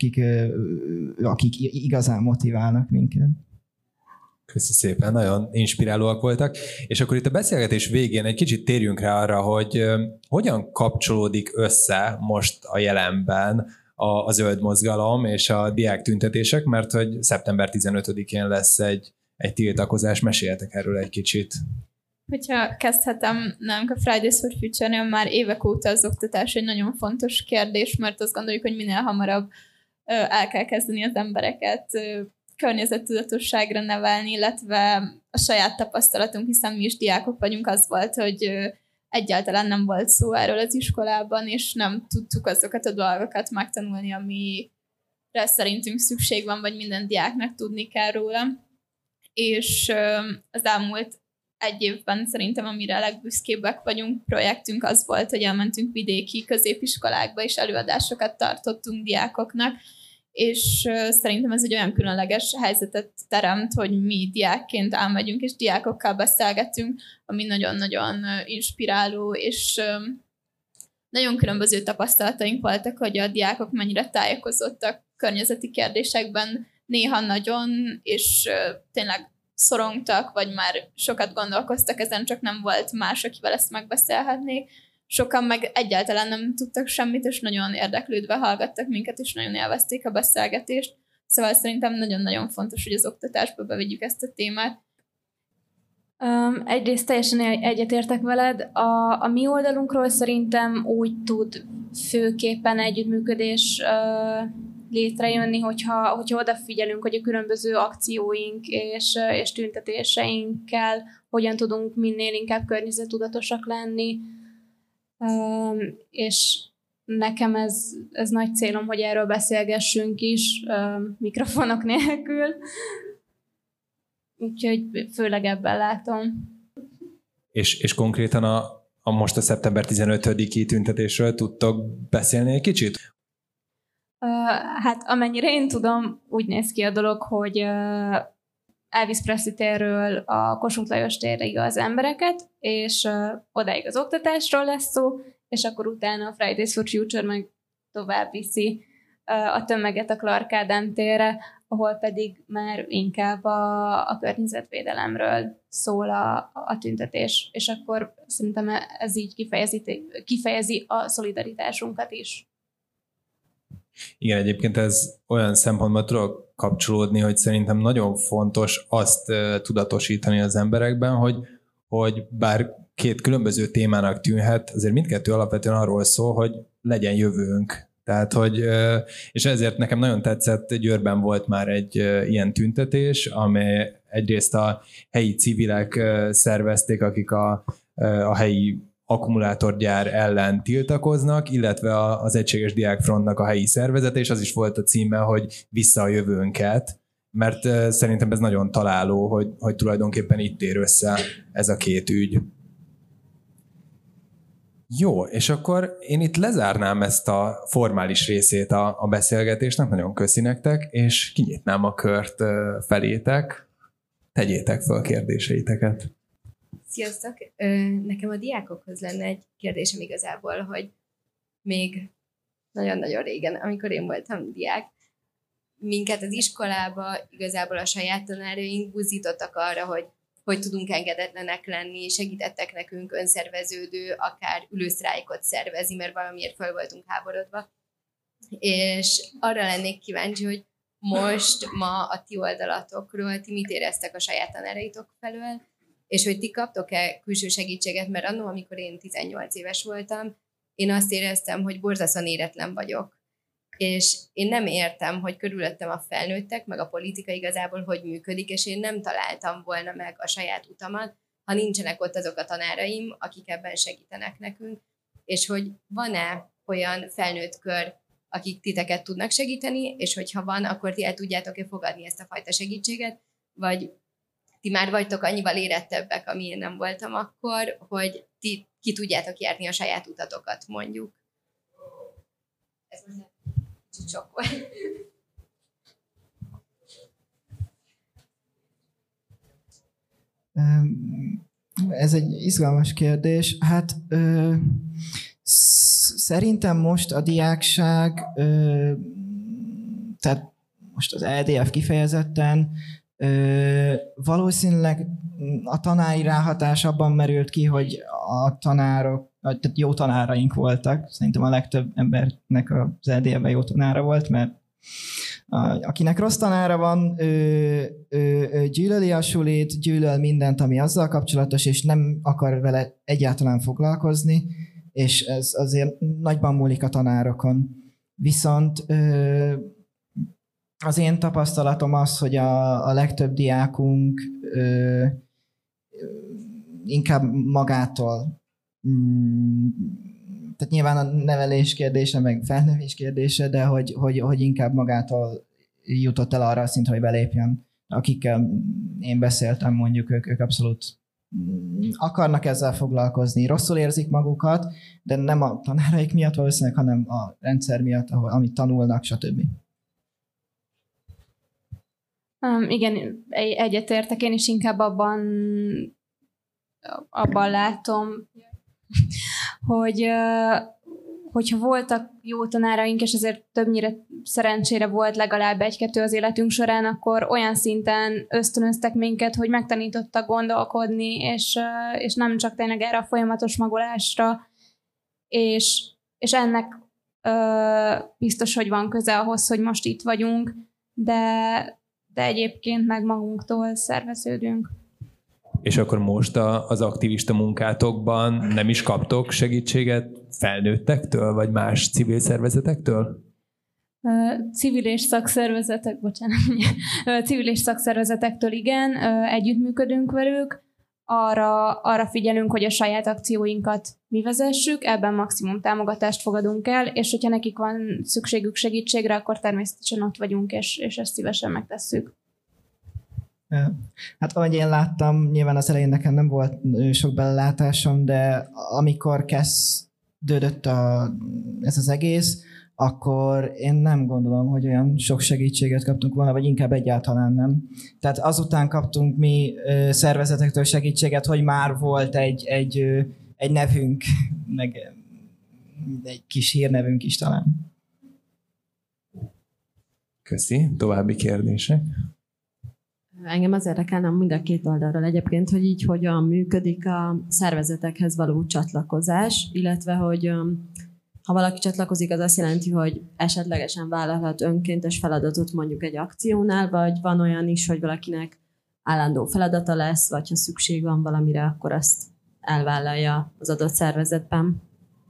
akik igazán motiválnak minket. Köszi szépen, nagyon inspirálóak voltak. És akkor itt a beszélgetés végén egy kicsit térjünk rá arra, hogy hogyan kapcsolódik össze most a jelenben a zöld mozgalom és a diák tüntetések, mert hogy szeptember 15-én lesz egy tiltakozás, meséljetek erről egy kicsit. Hogyha kezdhetem, nálunk a Fridays for Future-nél már évek óta az oktatás egy nagyon fontos kérdés, mert azt gondoljuk, hogy minél hamarabb el kell kezdeni az embereket környezettudatosságra nevelni, illetve a saját tapasztalatunk, hiszen mi is diákok vagyunk, az volt, hogy egyáltalán nem volt szó erről az iskolában, és nem tudtuk azokat a dolgokat megtanulni, amire szerintünk szükség van, vagy minden diáknak tudni kell róla. És az elmúlt 1 évben szerintem, amire legbüszkébbek vagyunk, projektünk az volt, hogy elmentünk vidéki középiskolákba, és előadásokat tartottunk diákoknak, és szerintem ez egy olyan különleges helyzetet teremt, hogy mi diákként elmegyünk, és diákokkal beszélgetünk, ami nagyon-nagyon inspiráló, és nagyon különböző tapasztalataink voltak, hogy a diákok mennyire tájékozottak környezeti kérdésekben, néha nagyon, és tényleg szorongtak, vagy már sokat gondolkoztak ezen, csak nem volt más, akivel ezt megbeszélhetnék. Sokan meg egyáltalán nem tudtak semmit, és nagyon érdeklődve hallgattak minket, és nagyon élvezték a beszélgetést. Szóval szerintem nagyon-nagyon fontos, hogy az oktatásba bevigyük ezt a témát. Egyrészt teljesen egyetértek veled. A mi oldalunkról szerintem úgy tud főképpen együttműködés létrejönni, hogyha odafigyelünk, hogy a különböző akcióink és tüntetéseinkkel hogyan tudunk minél inkább környezettudatosak lenni. És nekem ez nagy célom, hogy erről beszélgessünk is, mikrofonok nélkül. Úgyhogy főleg ebben látom. És konkrétan a most a szeptember 15-i tüntetésről tudtok beszélni egy kicsit? Hát amennyire én tudom, úgy néz ki a dolog, hogy Elvis Presley térről a Kossuth Lajos térre az embereket, és odáig az oktatásról lesz szó, és akkor utána a Fridays for Future meg tovább viszi a tömeget a Clark Ádám térre, ahol pedig már inkább a környezetvédelemről szól a tüntetés, és akkor szerintem ez így kifejezi a szolidaritásunkat is. Igen, egyébként ez olyan szempontból tudok kapcsolódni, hogy szerintem nagyon fontos azt tudatosítani az emberekben, hogy bár két különböző témának tűnhet, azért mindkettő alapvetően arról szól, hogy legyen jövőnk. Tehát, hogy, és ezért nekem nagyon tetszett, Győrben volt már egy ilyen tüntetés, amely egyrészt a helyi civilek szervezték, akik a helyi akkumulátorgyár ellen tiltakoznak, illetve az Egységes Diákfrontnak a helyi szervezet, és az is volt a címe, hogy Vissza a jövőnket, mert szerintem ez nagyon találó, hogy tulajdonképpen itt ér össze ez a két ügy. Jó, és akkor én itt lezárnám ezt a formális részét a beszélgetésnek, nagyon köszi nektek, és kinyitnám a kört felétek, tegyétek fel a kérdéseiteket. Sziasztok! Nekem a diákokhoz lenne egy kérdésem igazából, hogy még nagyon-nagyon régen, amikor én voltam diák, minket az iskolába igazából a saját tanáraink buzdítottak arra, hogy tudunk engedetlenek lenni, segítettek nekünk önszerveződő, akár ülősztrájkot szervezni, mert valamiért fel voltunk háborodva. És arra lennék kíváncsi, hogy ma a ti oldalatokról, ti mit éreztek a saját tanáraitok felől, és hogy ti kaptok-e külső segítséget, mert annól, amikor én 18 éves voltam, én azt éreztem, hogy borzasztóan éretlen vagyok. És én nem értem, hogy körülöttem a felnőttek, meg a politika igazából hogy működik, és én nem találtam volna meg a saját utamat, ha nincsenek ott azok a tanáraim, akik ebben segítenek nekünk, és hogy van-e olyan felnőtt kör, akik titeket tudnak segíteni, és hogyha van, akkor ti el tudjátok-e fogadni ezt a fajta segítséget, vagy ti már vagytok annyival érettebbek, ami én nem voltam akkor, hogy ti ki tudjátok járni a saját utatokat, mondjuk. Ez most kicsit sok volt. Ez egy izgalmas kérdés. Hát szerintem most a diákság, tehát most az LDF kifejezetten, valószínűleg a tanári ráhatás abban merült ki, hogy a tanárok, tehát jó tanáraink voltak. Szerintem a legtöbb embernek az LDF-ben jó tanára volt, mert akinek rossz tanára van, ő gyűlöli a sulit, gyűlöl mindent, ami azzal kapcsolatos, és nem akar vele egyáltalán foglalkozni, és ez azért nagyban múlik a tanárokon. Viszont az én tapasztalatom az, hogy a legtöbb diákunk inkább magától, tehát nyilván a nevelés kérdése, meg felnövés kérdése, de hogy inkább magától jutott el arra a szintre, hogy belépjen. Akikkel én beszéltem, mondjuk ők abszolút akarnak ezzel foglalkozni, rosszul érzik magukat, de nem a tanáraik miatt valószínűleg, hanem a rendszer miatt, amit tanulnak, stb. Igen, egyetértek, én is inkább abban látom, hogyha voltak jó tanáraink, és azért többnyire szerencsére volt legalább egy-kettő az életünk során, akkor olyan szinten ösztönöztek minket, hogy megtanítottak gondolkodni, és nem csak tényleg erre a folyamatos magolásra, és ennek biztos, hogy van köze ahhoz, hogy most itt vagyunk, de egyébként meg magunktól szerveződünk. És akkor most az aktivista munkátokban nem is kaptok segítséget felnőttektől, vagy más civil szervezetektől? Civil és szakszervezetektől igen, együttműködünk velük, arra figyelünk, hogy a saját akcióinkat mi vezessük, ebben maximum támogatást fogadunk el, és hogyha nekik van szükségük segítségre, akkor természetesen ott vagyunk, és ezt szívesen megtesszük. Hát ahogy én láttam, nyilván az elején nekem nem volt sok belelátásom, de amikor kezdődött ez az egész, akkor én nem gondolom, hogy olyan sok segítséget kaptunk volna, vagy inkább egyáltalán nem. Tehát azután kaptunk mi szervezetektől segítséget, hogy már volt egy nevünk, meg egy kis hírnevünk is talán. Köszi. További kérdések? Engem az érdekelne mind a két oldalról egyébként, hogy így hogyan működik a szervezetekhez való csatlakozás, illetve hogy ha valaki csatlakozik, az azt jelenti, hogy esetlegesen vállalhat önkéntes feladatot mondjuk egy akciónál, vagy van olyan is, hogy valakinek állandó feladata lesz, vagy ha szükség van valamire, akkor azt elvállalja az adott szervezetben.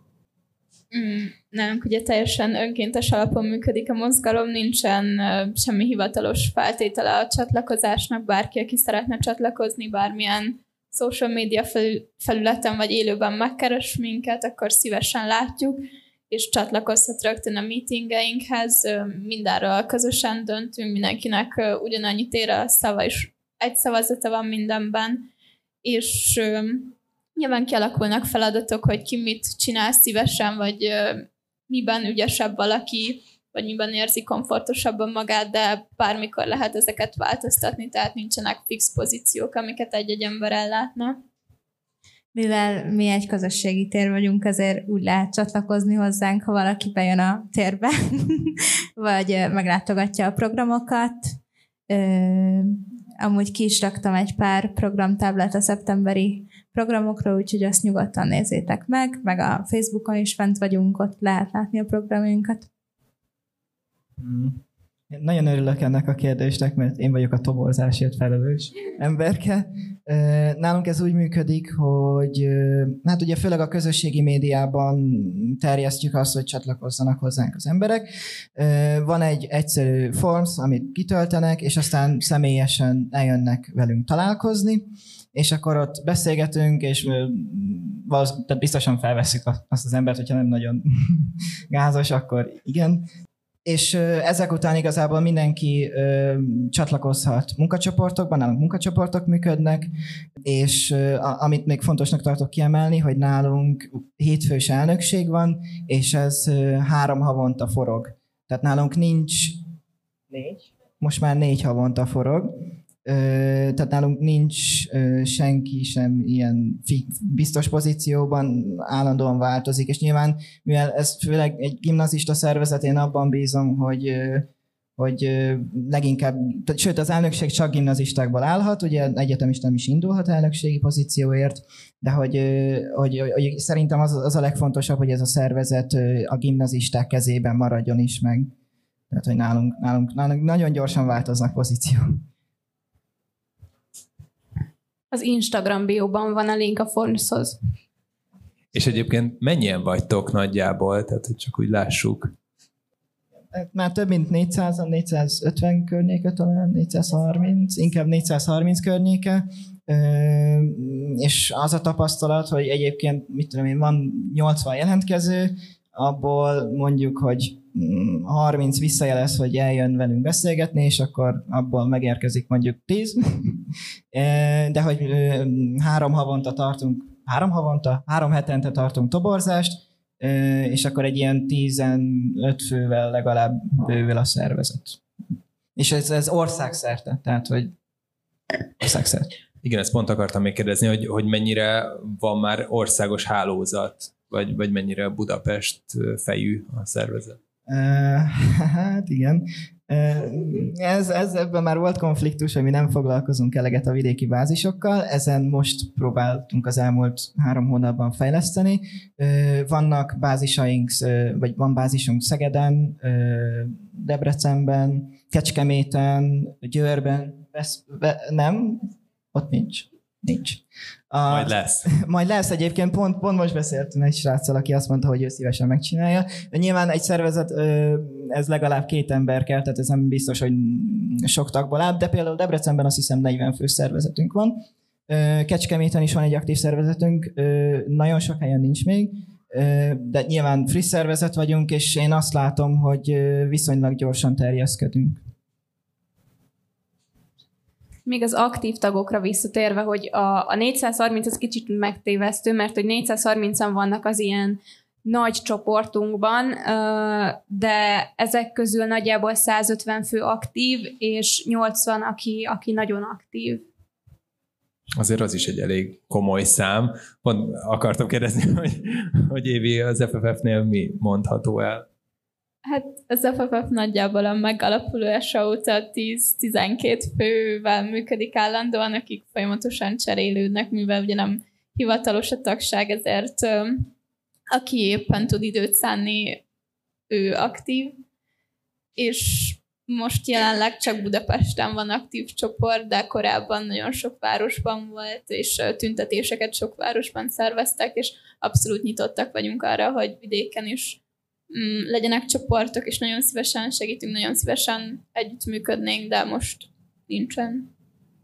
Nálunk ugye teljesen önkéntes alapon működik a mozgalom, nincsen semmi hivatalos feltétele a csatlakozásnak, bárki, aki szeretne csatlakozni bármilyen social media felületen vagy élőben megkeres minket, akkor szívesen látjuk, és csatlakozhat rögtön a meetingeinkhez, mindenről közösen döntünk, mindenkinek ugyanannyit ér a szava, és egy szavazata van mindenben, és nyilván kialakulnak feladatok, hogy ki mit csinál szívesen, vagy miben ügyesebb valaki, vagy miben érzi komfortosabban magát, de bármikor lehet ezeket változtatni, tehát nincsenek fix pozíciók, amiket egy-egy ember ellátna. Mivel mi egy közösségi tér vagyunk, ezért úgy lehet csatlakozni hozzánk, ha valaki bejön a térbe, vagy meglátogatja a programokat. Amúgy ki is raktam egy pár programtáblát a szeptemberi programokra, úgyhogy azt nyugodtan nézzétek meg a Facebookon is fent vagyunk, ott lehet látni a programjainkat. Nagyon örülök ennek a kérdésnek, mert én vagyok a toborzásért felelős emberke. Nálunk ez úgy működik, hogy hát ugye főleg a közösségi médiában terjesztjük azt, hogy csatlakozzanak hozzánk az emberek. Van egy egyszerű forms, amit kitöltenek, és aztán személyesen eljönnek velünk találkozni, és akkor ott beszélgetünk, és tehát biztosan felveszik azt az embert, hogyha nem nagyon gázos, akkor igen. És ezek után igazából mindenki csatlakozhat munkacsoportokban, nálunk munkacsoportok működnek, és amit még fontosnak tartok kiemelni, hogy nálunk hétfős elnökség van, és ez 3 havonta forog. Tehát nálunk nincs 4, most már 4 havonta forog. Tehát nálunk nincs senki sem ilyen biztos pozícióban, állandóan változik, és nyilván, mivel ez főleg egy gimnazista szervezet, én abban bízom, hogy leginkább, sőt az elnökség csak gimnazistákból állhat, ugye egyetemista nem is indulhat elnökségi pozícióért, de hogy szerintem az a legfontosabb, hogy ez a szervezet a gimnazisták kezében maradjon is meg. Tehát, hogy nálunk nagyon gyorsan változnak pozíciók. Az Instagram bióban van a link a Fornshoz. És egyébként mennyien vagytok nagyjából, tehát hogy csak úgy lássuk? Már több mint 450 környéke talán, 430, inkább 430 környéke, és az a tapasztalat, hogy egyébként, mit tudom én, van 80 jelentkező, abból mondjuk, hogy 30 visszajelez, hogy eljön velünk beszélgetni, és akkor abból megérkezik mondjuk 10. De hogy 3 hetente tartunk toborzást, és akkor egy ilyen 15 fővel legalább bővül a szervezet. És ez országszerte, tehát hogy országszerte. Igen, ezt pont akartam még kérdezni, hogy mennyire van már országos hálózat, vagy mennyire Budapest fejű a szervezet? Hát igen. Ebben már volt konfliktus, hogy mi nem foglalkozunk eleget a vidéki bázisokkal, ezen most próbáltunk az elmúlt 3 hónapban fejleszteni. Vannak bázisaink, vagy van bázisunk Szegeden, Debrecenben, Kecskeméten, Győrben, nem, ott nincs. Majd lesz. Majd lesz egyébként, pont most beszéltünk egy sráccal, aki azt mondta, hogy ő szívesen megcsinálja. De nyilván egy szervezet, ez legalább 2 ember kell, tehát ez nem biztos, hogy sok tagból áll, de például Debrecenben azt hiszem 40 fős szervezetünk van. Kecskeméten is van egy aktív szervezetünk, nagyon sok helyen nincs még, de nyilván friss szervezet vagyunk, és én azt látom, hogy viszonylag gyorsan terjeszkedünk. Még az aktív tagokra visszatérve, hogy a 430 az kicsit megtévesztő, mert hogy 430-an vannak az ilyen nagy csoportunkban, de ezek közül nagyjából 150 fő aktív, és 80, aki nagyon aktív. Azért az is egy elég komoly szám. Pont akartam kérdezni, hogy Évi, az FFF-nél mi mondható el? Hát az FFF nagyjából a megalapulása óta 10-12 fővel működik állandóan, akik folyamatosan cserélődnek, mivel ugye nem hivatalos a tagság, ezért aki éppen tud időt szánni, ő aktív, és most jelenleg csak Budapesten van aktív csoport, de korábban nagyon sok városban volt, és tüntetéseket sok városban szerveztek, és abszolút nyitottak vagyunk arra, hogy vidéken is legyenek csoportok, és nagyon szívesen segítünk, nagyon szívesen együttműködnénk, de most nincsen.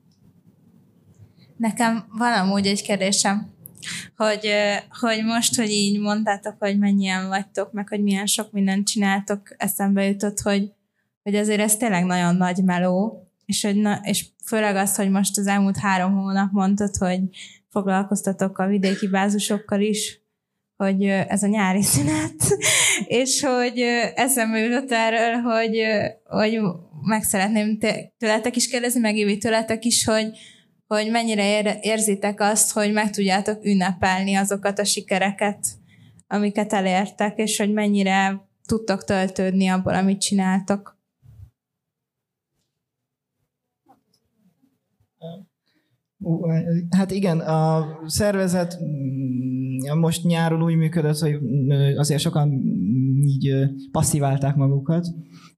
Nekem van amúgy egy kérdésem, hogy most, hogy így mondtátok, hogy mennyien vagytok, meg hogy milyen sok mindent csináltok, eszembe jutott, hogy azért ez tényleg nagyon nagy meló, és főleg az, hogy most az elmúlt 3 hónap mondtad, hogy foglalkoztatok a vidéki bázisokkal is, hogy ez a nyári szünet, és hogy eszembe jutott erről, hogy meg szeretném tőletek is kérdezni, meg Évi tőletek is, hogy mennyire érzitek azt, hogy meg tudjátok ünnepelni azokat a sikereket, amiket elértek, és hogy mennyire tudtok töltődni abból, amit csináltok. Hát igen, a szervezet most nyáron úgy működött, hogy azért sokan így passziválták magukat.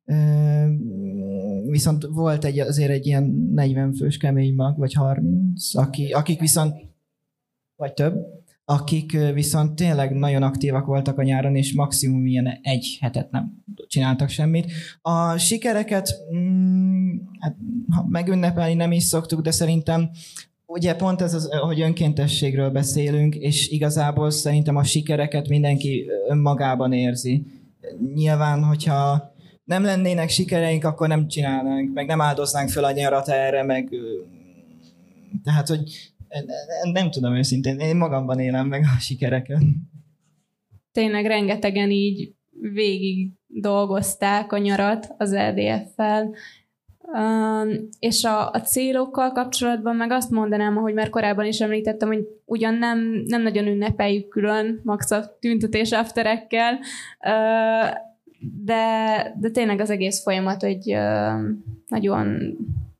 Viszont volt azért egy ilyen 40 fős kemény mag, vagy 30, akik viszont, vagy több, akik viszont tényleg nagyon aktívak voltak a nyáron, és maximum ilyen 1 hetet nem csináltak semmit. A sikereket hát, megünnepelni nem is szoktuk, de szerintem ugye pont ez az, hogy önkéntességről beszélünk, és igazából szerintem a sikereket mindenki önmagában érzi. Nyilván, hogyha nem lennének sikereink, akkor nem csinálnánk, meg nem áldoznánk fel a nyarat erre, meg tehát, hogy nem tudom őszintén, én magamban élem meg a sikereket. Tényleg rengetegen így végig dolgozták a nyarat az EDF-fel, és a célokkal kapcsolatban meg azt mondanám, ahogy már korábban is említettem, hogy ugyan nem nagyon ünnepeljük külön, max a tüntetés afterekkel, de tényleg az egész folyamat egy nagyon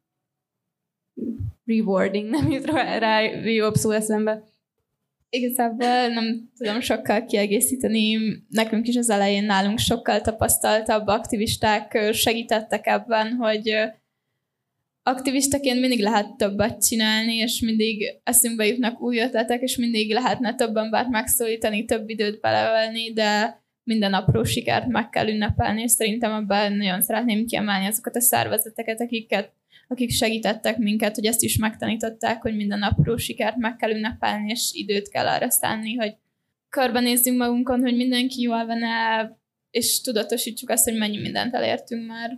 rewarding, nem jut rá jobb szó eszembe. Igazából nem tudom sokkal kiegészíteni. Nekünk is az elején nálunk sokkal tapasztaltabb aktivisták segítettek ebben, hogy aktivistaként mindig lehet többet csinálni, és mindig eszünkbe jutnak új ötletek, és mindig lehetne több embert megszólítani, több időt beleölni, de minden apró sikert meg kell ünnepelni, és szerintem ebben nagyon szeretném kiemelni azokat a szervezeteket, akik segítettek minket, hogy ezt is megtanították, hogy minden apró sikert meg kell ünnepelni, és időt kell arra szánni, hogy körbenézzünk magunkon, hogy mindenki jól van-e, és tudatosítsuk azt, hogy mennyi mindent elértünk már.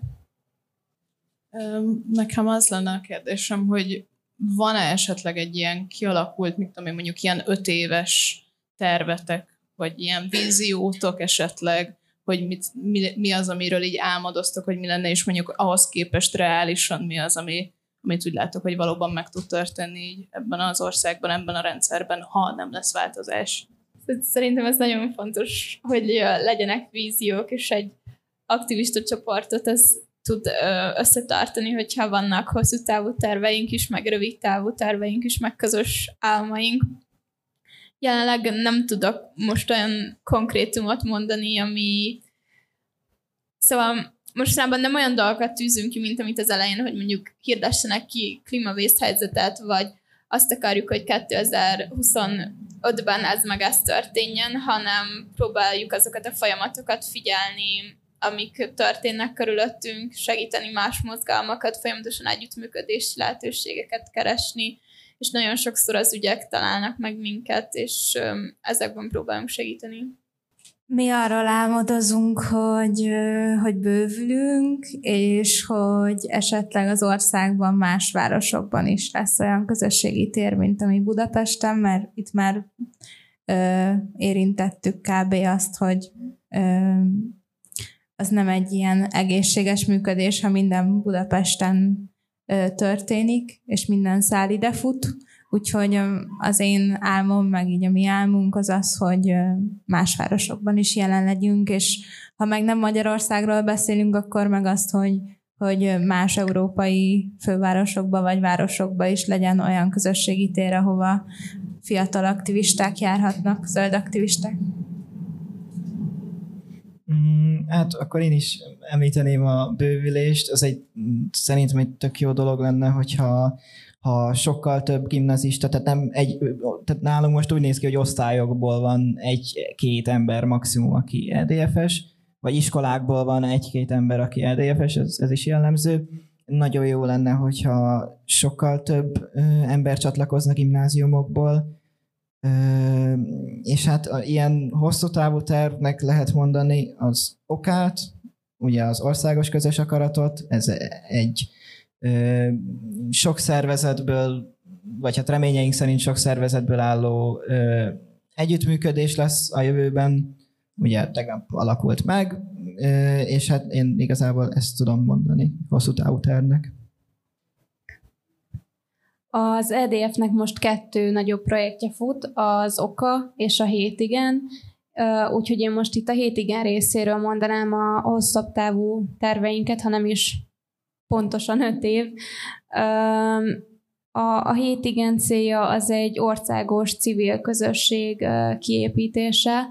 Nekem az lenne a kérdésem, hogy van-e esetleg egy ilyen kialakult, mit tudom én, mondjuk ilyen 5 éves tervetek, vagy ilyen víziótok esetleg, hogy mi az, amiről így álmodoztok, hogy mi lenne, és mondjuk ahhoz képest reálisan mi az, amit úgy látok, hogy valóban meg tud történni így ebben az országban, ebben a rendszerben, ha nem lesz változás. Szerintem ez nagyon fontos, hogy legyenek víziók, és egy aktivista csoportot az tud összetartani, hogyha vannak hosszú távú terveink is, meg rövid távú terveink is, meg közös álmaink. Jelenleg nem tudok most olyan konkrétumot mondani, ami... Szóval mostanában nem olyan dolgokat tűzünk ki, mint amit az elején, hogy mondjuk hirdessenek ki klímavészhelyzetet, vagy azt akarjuk, hogy 2025-ben ez történjen, hanem próbáljuk azokat a folyamatokat figyelni, amik történnek körülöttünk, segíteni más mozgalmakat, folyamatosan együttműködési lehetőségeket keresni, és nagyon sokszor az ügyek találnak meg minket, és ezekben próbálunk segíteni. Mi arról álmodozunk, hogy bővülünk, és hogy esetleg az országban, más városokban is lesz olyan közösségi tér, mint ami Budapesten, mert itt már érintettük kb. Azt, hogy az nem egy ilyen egészséges működés, ha minden Budapesten történik, és minden szál ide fut. Úgyhogy az én álmom, meg így a mi álmunk az az, hogy más városokban is jelen legyünk, és ha meg nem Magyarországról beszélünk, akkor meg azt, hogy más európai fővárosokba vagy városokba is legyen olyan közösségi tér, ahova fiatal aktivisták járhatnak, zöld aktivisták. Hát akkor én is említeném a bővülést. Az szerintem egy tök jó dolog lenne, hogyha sokkal több gimnazista, tehát nálunk most úgy néz ki, hogy osztályokból van 1-2 ember maximum, aki EDF-es, vagy iskolákból van 1-2 ember, aki EDF-es, ez is jellemző. Nagyon jó lenne, hogyha sokkal több ember csatlakozna gimnáziumokból, és hát ilyen hosszú távú tervnek lehet mondani az okát, ugye az országos közös akaratot, ez egy sok szervezetből, vagy hát reményeink szerint sok szervezetből álló együttműködés lesz a jövőben, ugye tegnap alakult meg, és hát én igazából ezt tudom mondani hosszú távú tervnek. Az EDF-nek most 2 nagyobb projektje fut, az OKA és a 7 igen, úgyhogy én most itt a 7 igen részéről mondanám a hosszabb távú terveinket, hanem is pontosan 5 év. A 7 igen célja az egy országos civil közösség kiépítése,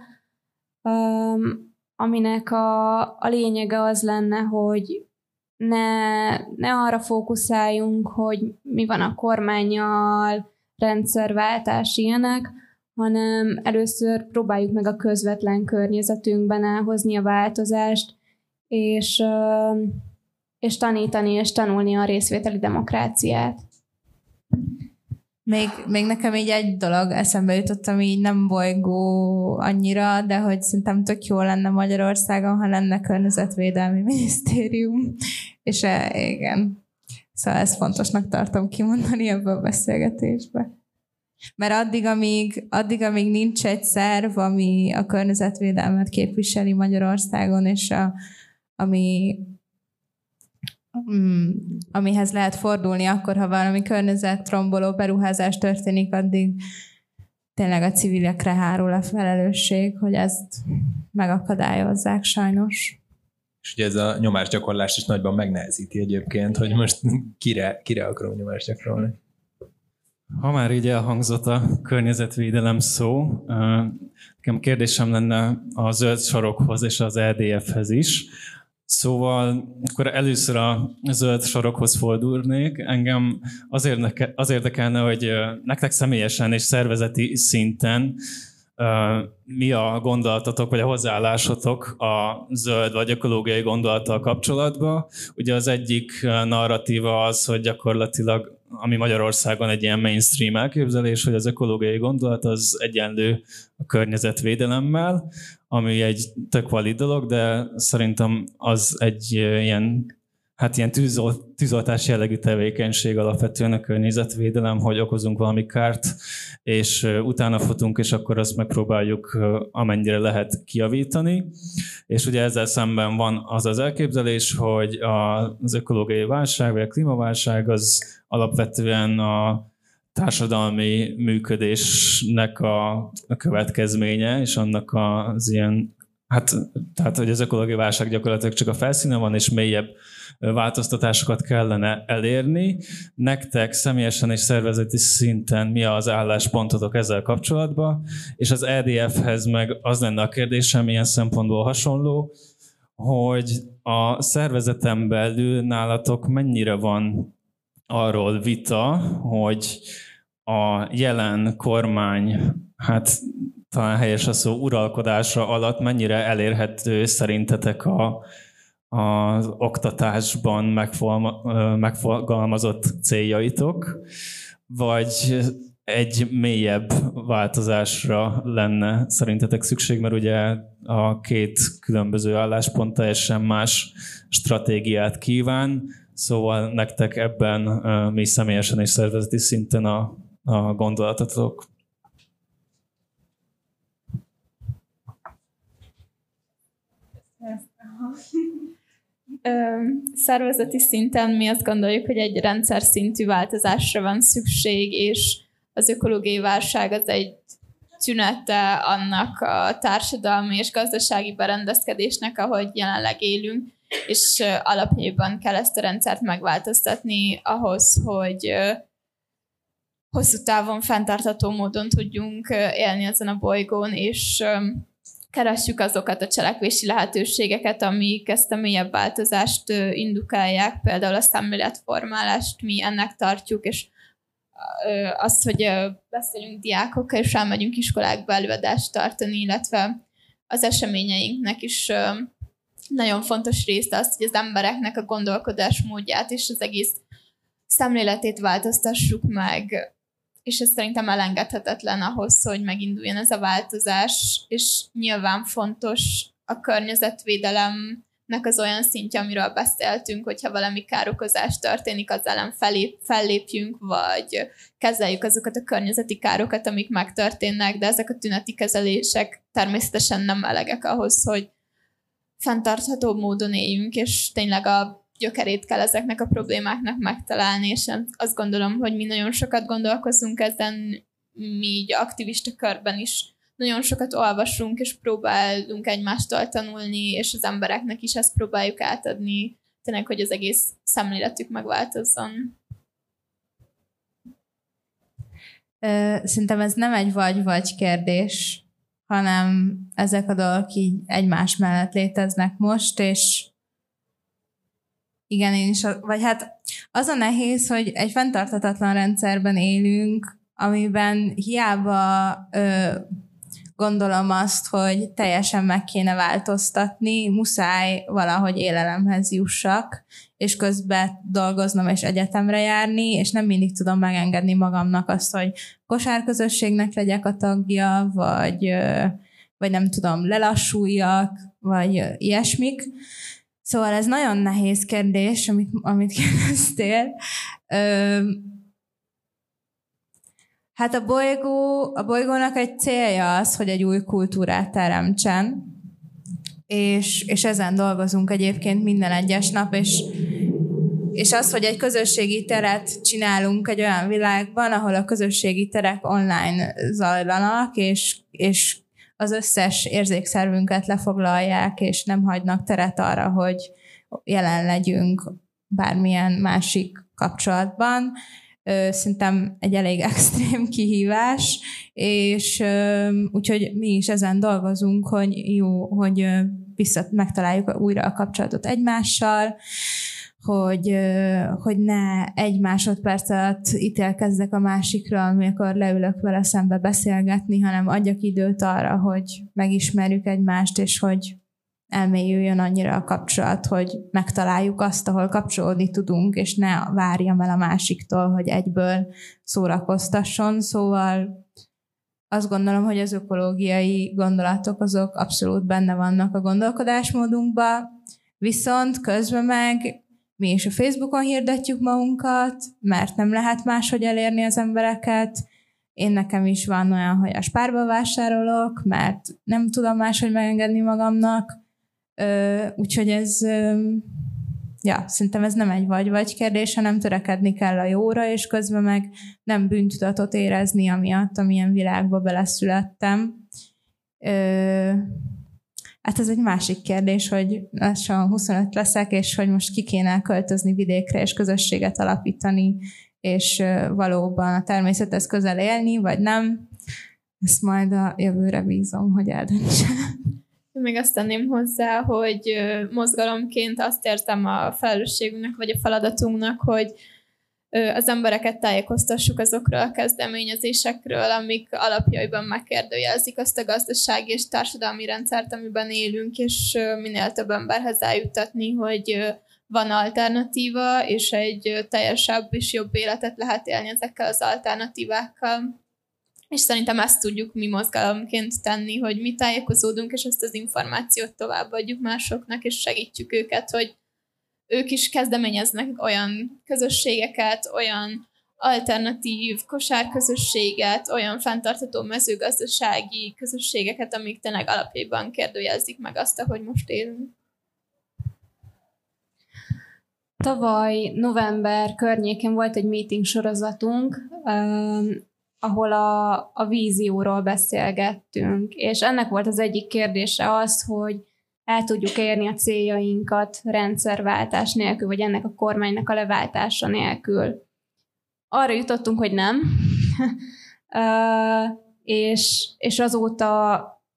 aminek a lényege az lenne, hogy ne arra fókuszáljunk, hogy mi van a kormánnyal, rendszerváltás, ilyenek, hanem először próbáljuk meg a közvetlen környezetünkben elhozni a változást, és tanítani és tanulni a részvételi demokráciát. Még nekem így egy dolog eszembe jutott, ami így nem bolygó annyira, de hogy szerintem tök jó lenne Magyarországon, ha lenne környezetvédelmi minisztérium. És igen. Szóval ezt fontosnak tartom kimondani ebbe a beszélgetésbe. Mert addig, amíg nincs egy ami a környezetvédelmet képviseli Magyarországon, és amihez lehet fordulni akkor, ha valami környezetromboló beruházás történik, addig tényleg a civilekre hárul a felelősség, hogy ezt megakadályozzák sajnos. És ugye ez a nyomásgyakorlást is nagyban megnehezíti egyébként, hogy most kire akarom nyomást gyakorolni. Ha már így elhangzott a környezetvédelem szó, nekem kérdésem lenne a zöld sorokhoz és az EDF-hez is. Szóval akkor először a zöld sorokhoz fordulnék. Engem az érdekelne, hogy nektek személyesen és szervezeti szinten mi a gondolatotok, vagy a hozzáállásotok a zöld vagy ökológiai gondolattal kapcsolatban. Ugye az egyik narratíva az, hogy gyakorlatilag, ami Magyarországon egy ilyen mainstream elképzelés, hogy az ökológiai gondolat az egyenlő a környezetvédelemmel, ami egy tök valid dolog, de szerintem az egy ilyen tűzoltás jellegű tevékenység alapvetően a környezetvédelem, hogy okozunk valami kárt, és utána futunk, és akkor azt megpróbáljuk amennyire lehet kijavítani. És ugye ezzel szemben van az az elképzelés, hogy az ökológiai válság, vagy a klímaválság az alapvetően a társadalmi működésnek a következménye, és annak az ilyen tehát, hogy az ökológiai válság gyakorlatilag csak a felszínen van, és mélyebb változtatásokat kellene elérni. Nektek személyesen és szervezeti szinten mi az álláspontotok ezzel kapcsolatban? És az EDF-hez meg az lenne a kérdésem, ilyen szempontból hasonló, hogy a szervezeten belül nálatok mennyire van arról vita, hogy a jelen kormány, talán helyes a szó, uralkodása alatt mennyire elérhető szerintetek az oktatásban megfogalmazott céljaitok, vagy egy mélyebb változásra lenne szerintetek szükség, mert ugye a két különböző álláspont teljesen más stratégiát kíván, szóval nektek ebben mi személyesen és szervezeti szinten a gondolatotok? Szervezeti szinten mi azt gondoljuk, hogy egy rendszer szintű változásra van szükség, és az ökológiai válság az egy tünete annak a társadalmi és gazdasági berendezkedésnek, ahogy jelenleg élünk, és alapjában kell ezt a rendszert megváltoztatni ahhoz, hogy hosszú távon fenntartható módon tudjunk élni ezen a bolygón, és keressük azokat a cselekvési lehetőségeket, amik ezt a mélyebb változást indukálják, például a szemléletformálást mi ennek tartjuk, és azt, hogy beszélünk diákokkal, és elmegyünk iskolákba előadást tartani, illetve az eseményeinknek is nagyon fontos része az, hogy az embereknek a gondolkodásmódját és az egész szemléletét változtassuk meg, és ez szerintem elengedhetetlen ahhoz, hogy meginduljon ez a változás, és nyilván fontos a környezetvédelemnek az olyan szintje, amiről beszéltünk, hogyha valami károkozás történik, az ellen fellépjünk, vagy kezeljük azokat a környezeti károkat, amik megtörténnek, de ezek a tüneti kezelések természetesen nem elegek ahhoz, hogy fenntartható módon éljünk, és tényleg a gyökerét kell ezeknek a problémáknak megtalálni, és azt gondolom, hogy mi nagyon sokat gondolkozunk ezen, mi így aktivista körben is nagyon sokat olvasunk, és próbálunk egymástól tanulni, és az embereknek is ezt próbáljuk átadni, tényleg, hogy az egész szemléletük megváltozzon. Szerintem ez nem egy vagy-vagy kérdés, hanem ezek a dolgok így egymás mellett léteznek most, és igen, én is, vagy hát az a nehéz, hogy egy fenntarthatatlan rendszerben élünk, amiben hiába gondolom azt, hogy teljesen meg kéne változtatni, muszáj valahogy élelemhez jussak, és közben dolgoznom és egyetemre járni, és nem mindig tudom megengedni magamnak azt, hogy kosárközösségnek legyek a tagja, vagy nem tudom, lelassuljak, vagy ilyesmik. Szóval ez nagyon nehéz kérdés, amit kérdeztél. Hát a bolygónak egy célja az, hogy egy új kultúrát teremtsen, és ezen dolgozunk egyébként minden egyes nap, és az, hogy egy közösségi teret csinálunk egy olyan világban, ahol a közösségi terek online zajlanak, és az összes érzékszervünket lefoglalják, és nem hagynak teret arra, hogy jelen legyünk bármilyen másik kapcsolatban. Szerintem egy elég extrém kihívás, és úgyhogy mi is ezen dolgozunk, hogy jó, hogy megtaláljuk újra a kapcsolatot egymással, hogy ne egy másodperc alatt ítélkezzek a másikra, amikor leülök vele szembe beszélgetni, hanem adjak időt arra, hogy megismerjük egymást, és hogy elmélyüljön annyira a kapcsolat, hogy megtaláljuk azt, ahol kapcsolódni tudunk, és ne várjam el a másiktól, hogy egyből szórakoztasson. Szóval azt gondolom, hogy az ökológiai gondolatok azok abszolút benne vannak a gondolkodásmódunkban, viszont közben meg mi is a Facebookon hirdetjük magunkat, mert nem lehet máshogy elérni az embereket. Nekem is van olyan, hogy a Spárba vásárolok, mert nem tudom máshogy megengedni magamnak. Úgyhogy ez, szerintem ez nem egy vagy-vagy kérdés, hanem törekedni kell a jóra, és közben meg nem bűntudatot érezni amiatt, amilyen világba beleszülettem. Hát ez egy másik kérdés, hogy lassan 25 leszek, és hogy most ki kéne költözni vidékre, és közösséget alapítani, és valóban a természethez közel élni, vagy nem. Ezt majd a jövőre bízom, hogy eldöntse. Még azt tenném hozzá, hogy mozgalomként azt érzem a felelősségünknek, vagy a feladatunknak, hogy az embereket tájékoztassuk azokról a kezdeményezésekről, amik alapjaiban megkérdőjelezik azt a gazdasági és társadalmi rendszert, amiben élünk, és minél több emberhez eljuttatni, hogy van alternatíva, és egy teljesebb és jobb életet lehet élni ezekkel az alternatívákkal. És szerintem ezt tudjuk mi mozgalomként tenni, hogy mi tájékozódunk, és ezt az információt továbbadjuk másoknak, és segítjük őket, hogy ők is kezdeményeznek olyan közösségeket, olyan alternatív kosárközösséget, olyan fenntartható mezőgazdasági közösségeket, amik tényleg alapjában kérdőjelezik meg azt, ahogy most élünk. Tavaly november környékén volt egy meeting sorozatunk, ahol a vízióról beszélgettünk, és ennek volt az egyik kérdése az, hogy el tudjuk érni a céljainkat rendszerváltás nélkül, vagy ennek a kormánynak a leváltása nélkül. Arra jutottunk, hogy nem, és azóta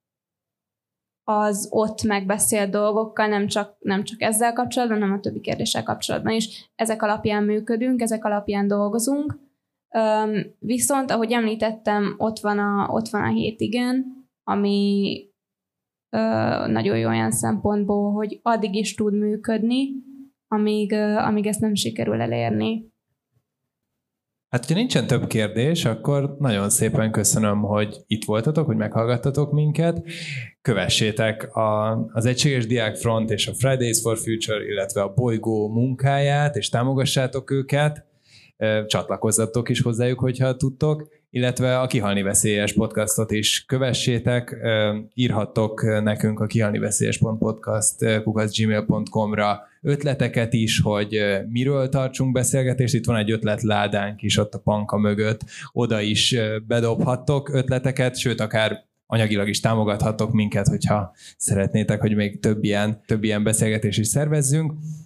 az ott megbeszélt dolgokkal, nem csak ezzel kapcsolatban, hanem a többi kérdéssel kapcsolatban is. Ezek alapján működünk, ezek alapján dolgozunk. Viszont, ahogy említettem, ott van a 7 igen, ami nagyon jó olyan szempontból, hogy addig is tud működni, amíg ezt nem sikerül elérni. Hát, ha nincsen több kérdés, akkor nagyon szépen köszönöm, hogy itt voltatok, hogy meghallgattatok minket. Kövessétek az Egységes Diákfront és a Fridays for Future, illetve a Bolygó munkáját, és támogassátok őket. Csatlakozzatok is hozzájuk, hogyha tudtok, illetve a Kihalni Veszélyes podcastot is kövessétek, írhattok nekünk a kihalniveszélyes.podcast@gmail.com-ra ötleteket is, hogy miről tartsunk beszélgetést. Itt van egy ötletládánk is ott a panka mögött, oda is bedobhattok ötleteket, sőt akár anyagilag is támogathattok minket, hogyha szeretnétek, hogy még több ilyen beszélgetést is szervezzünk.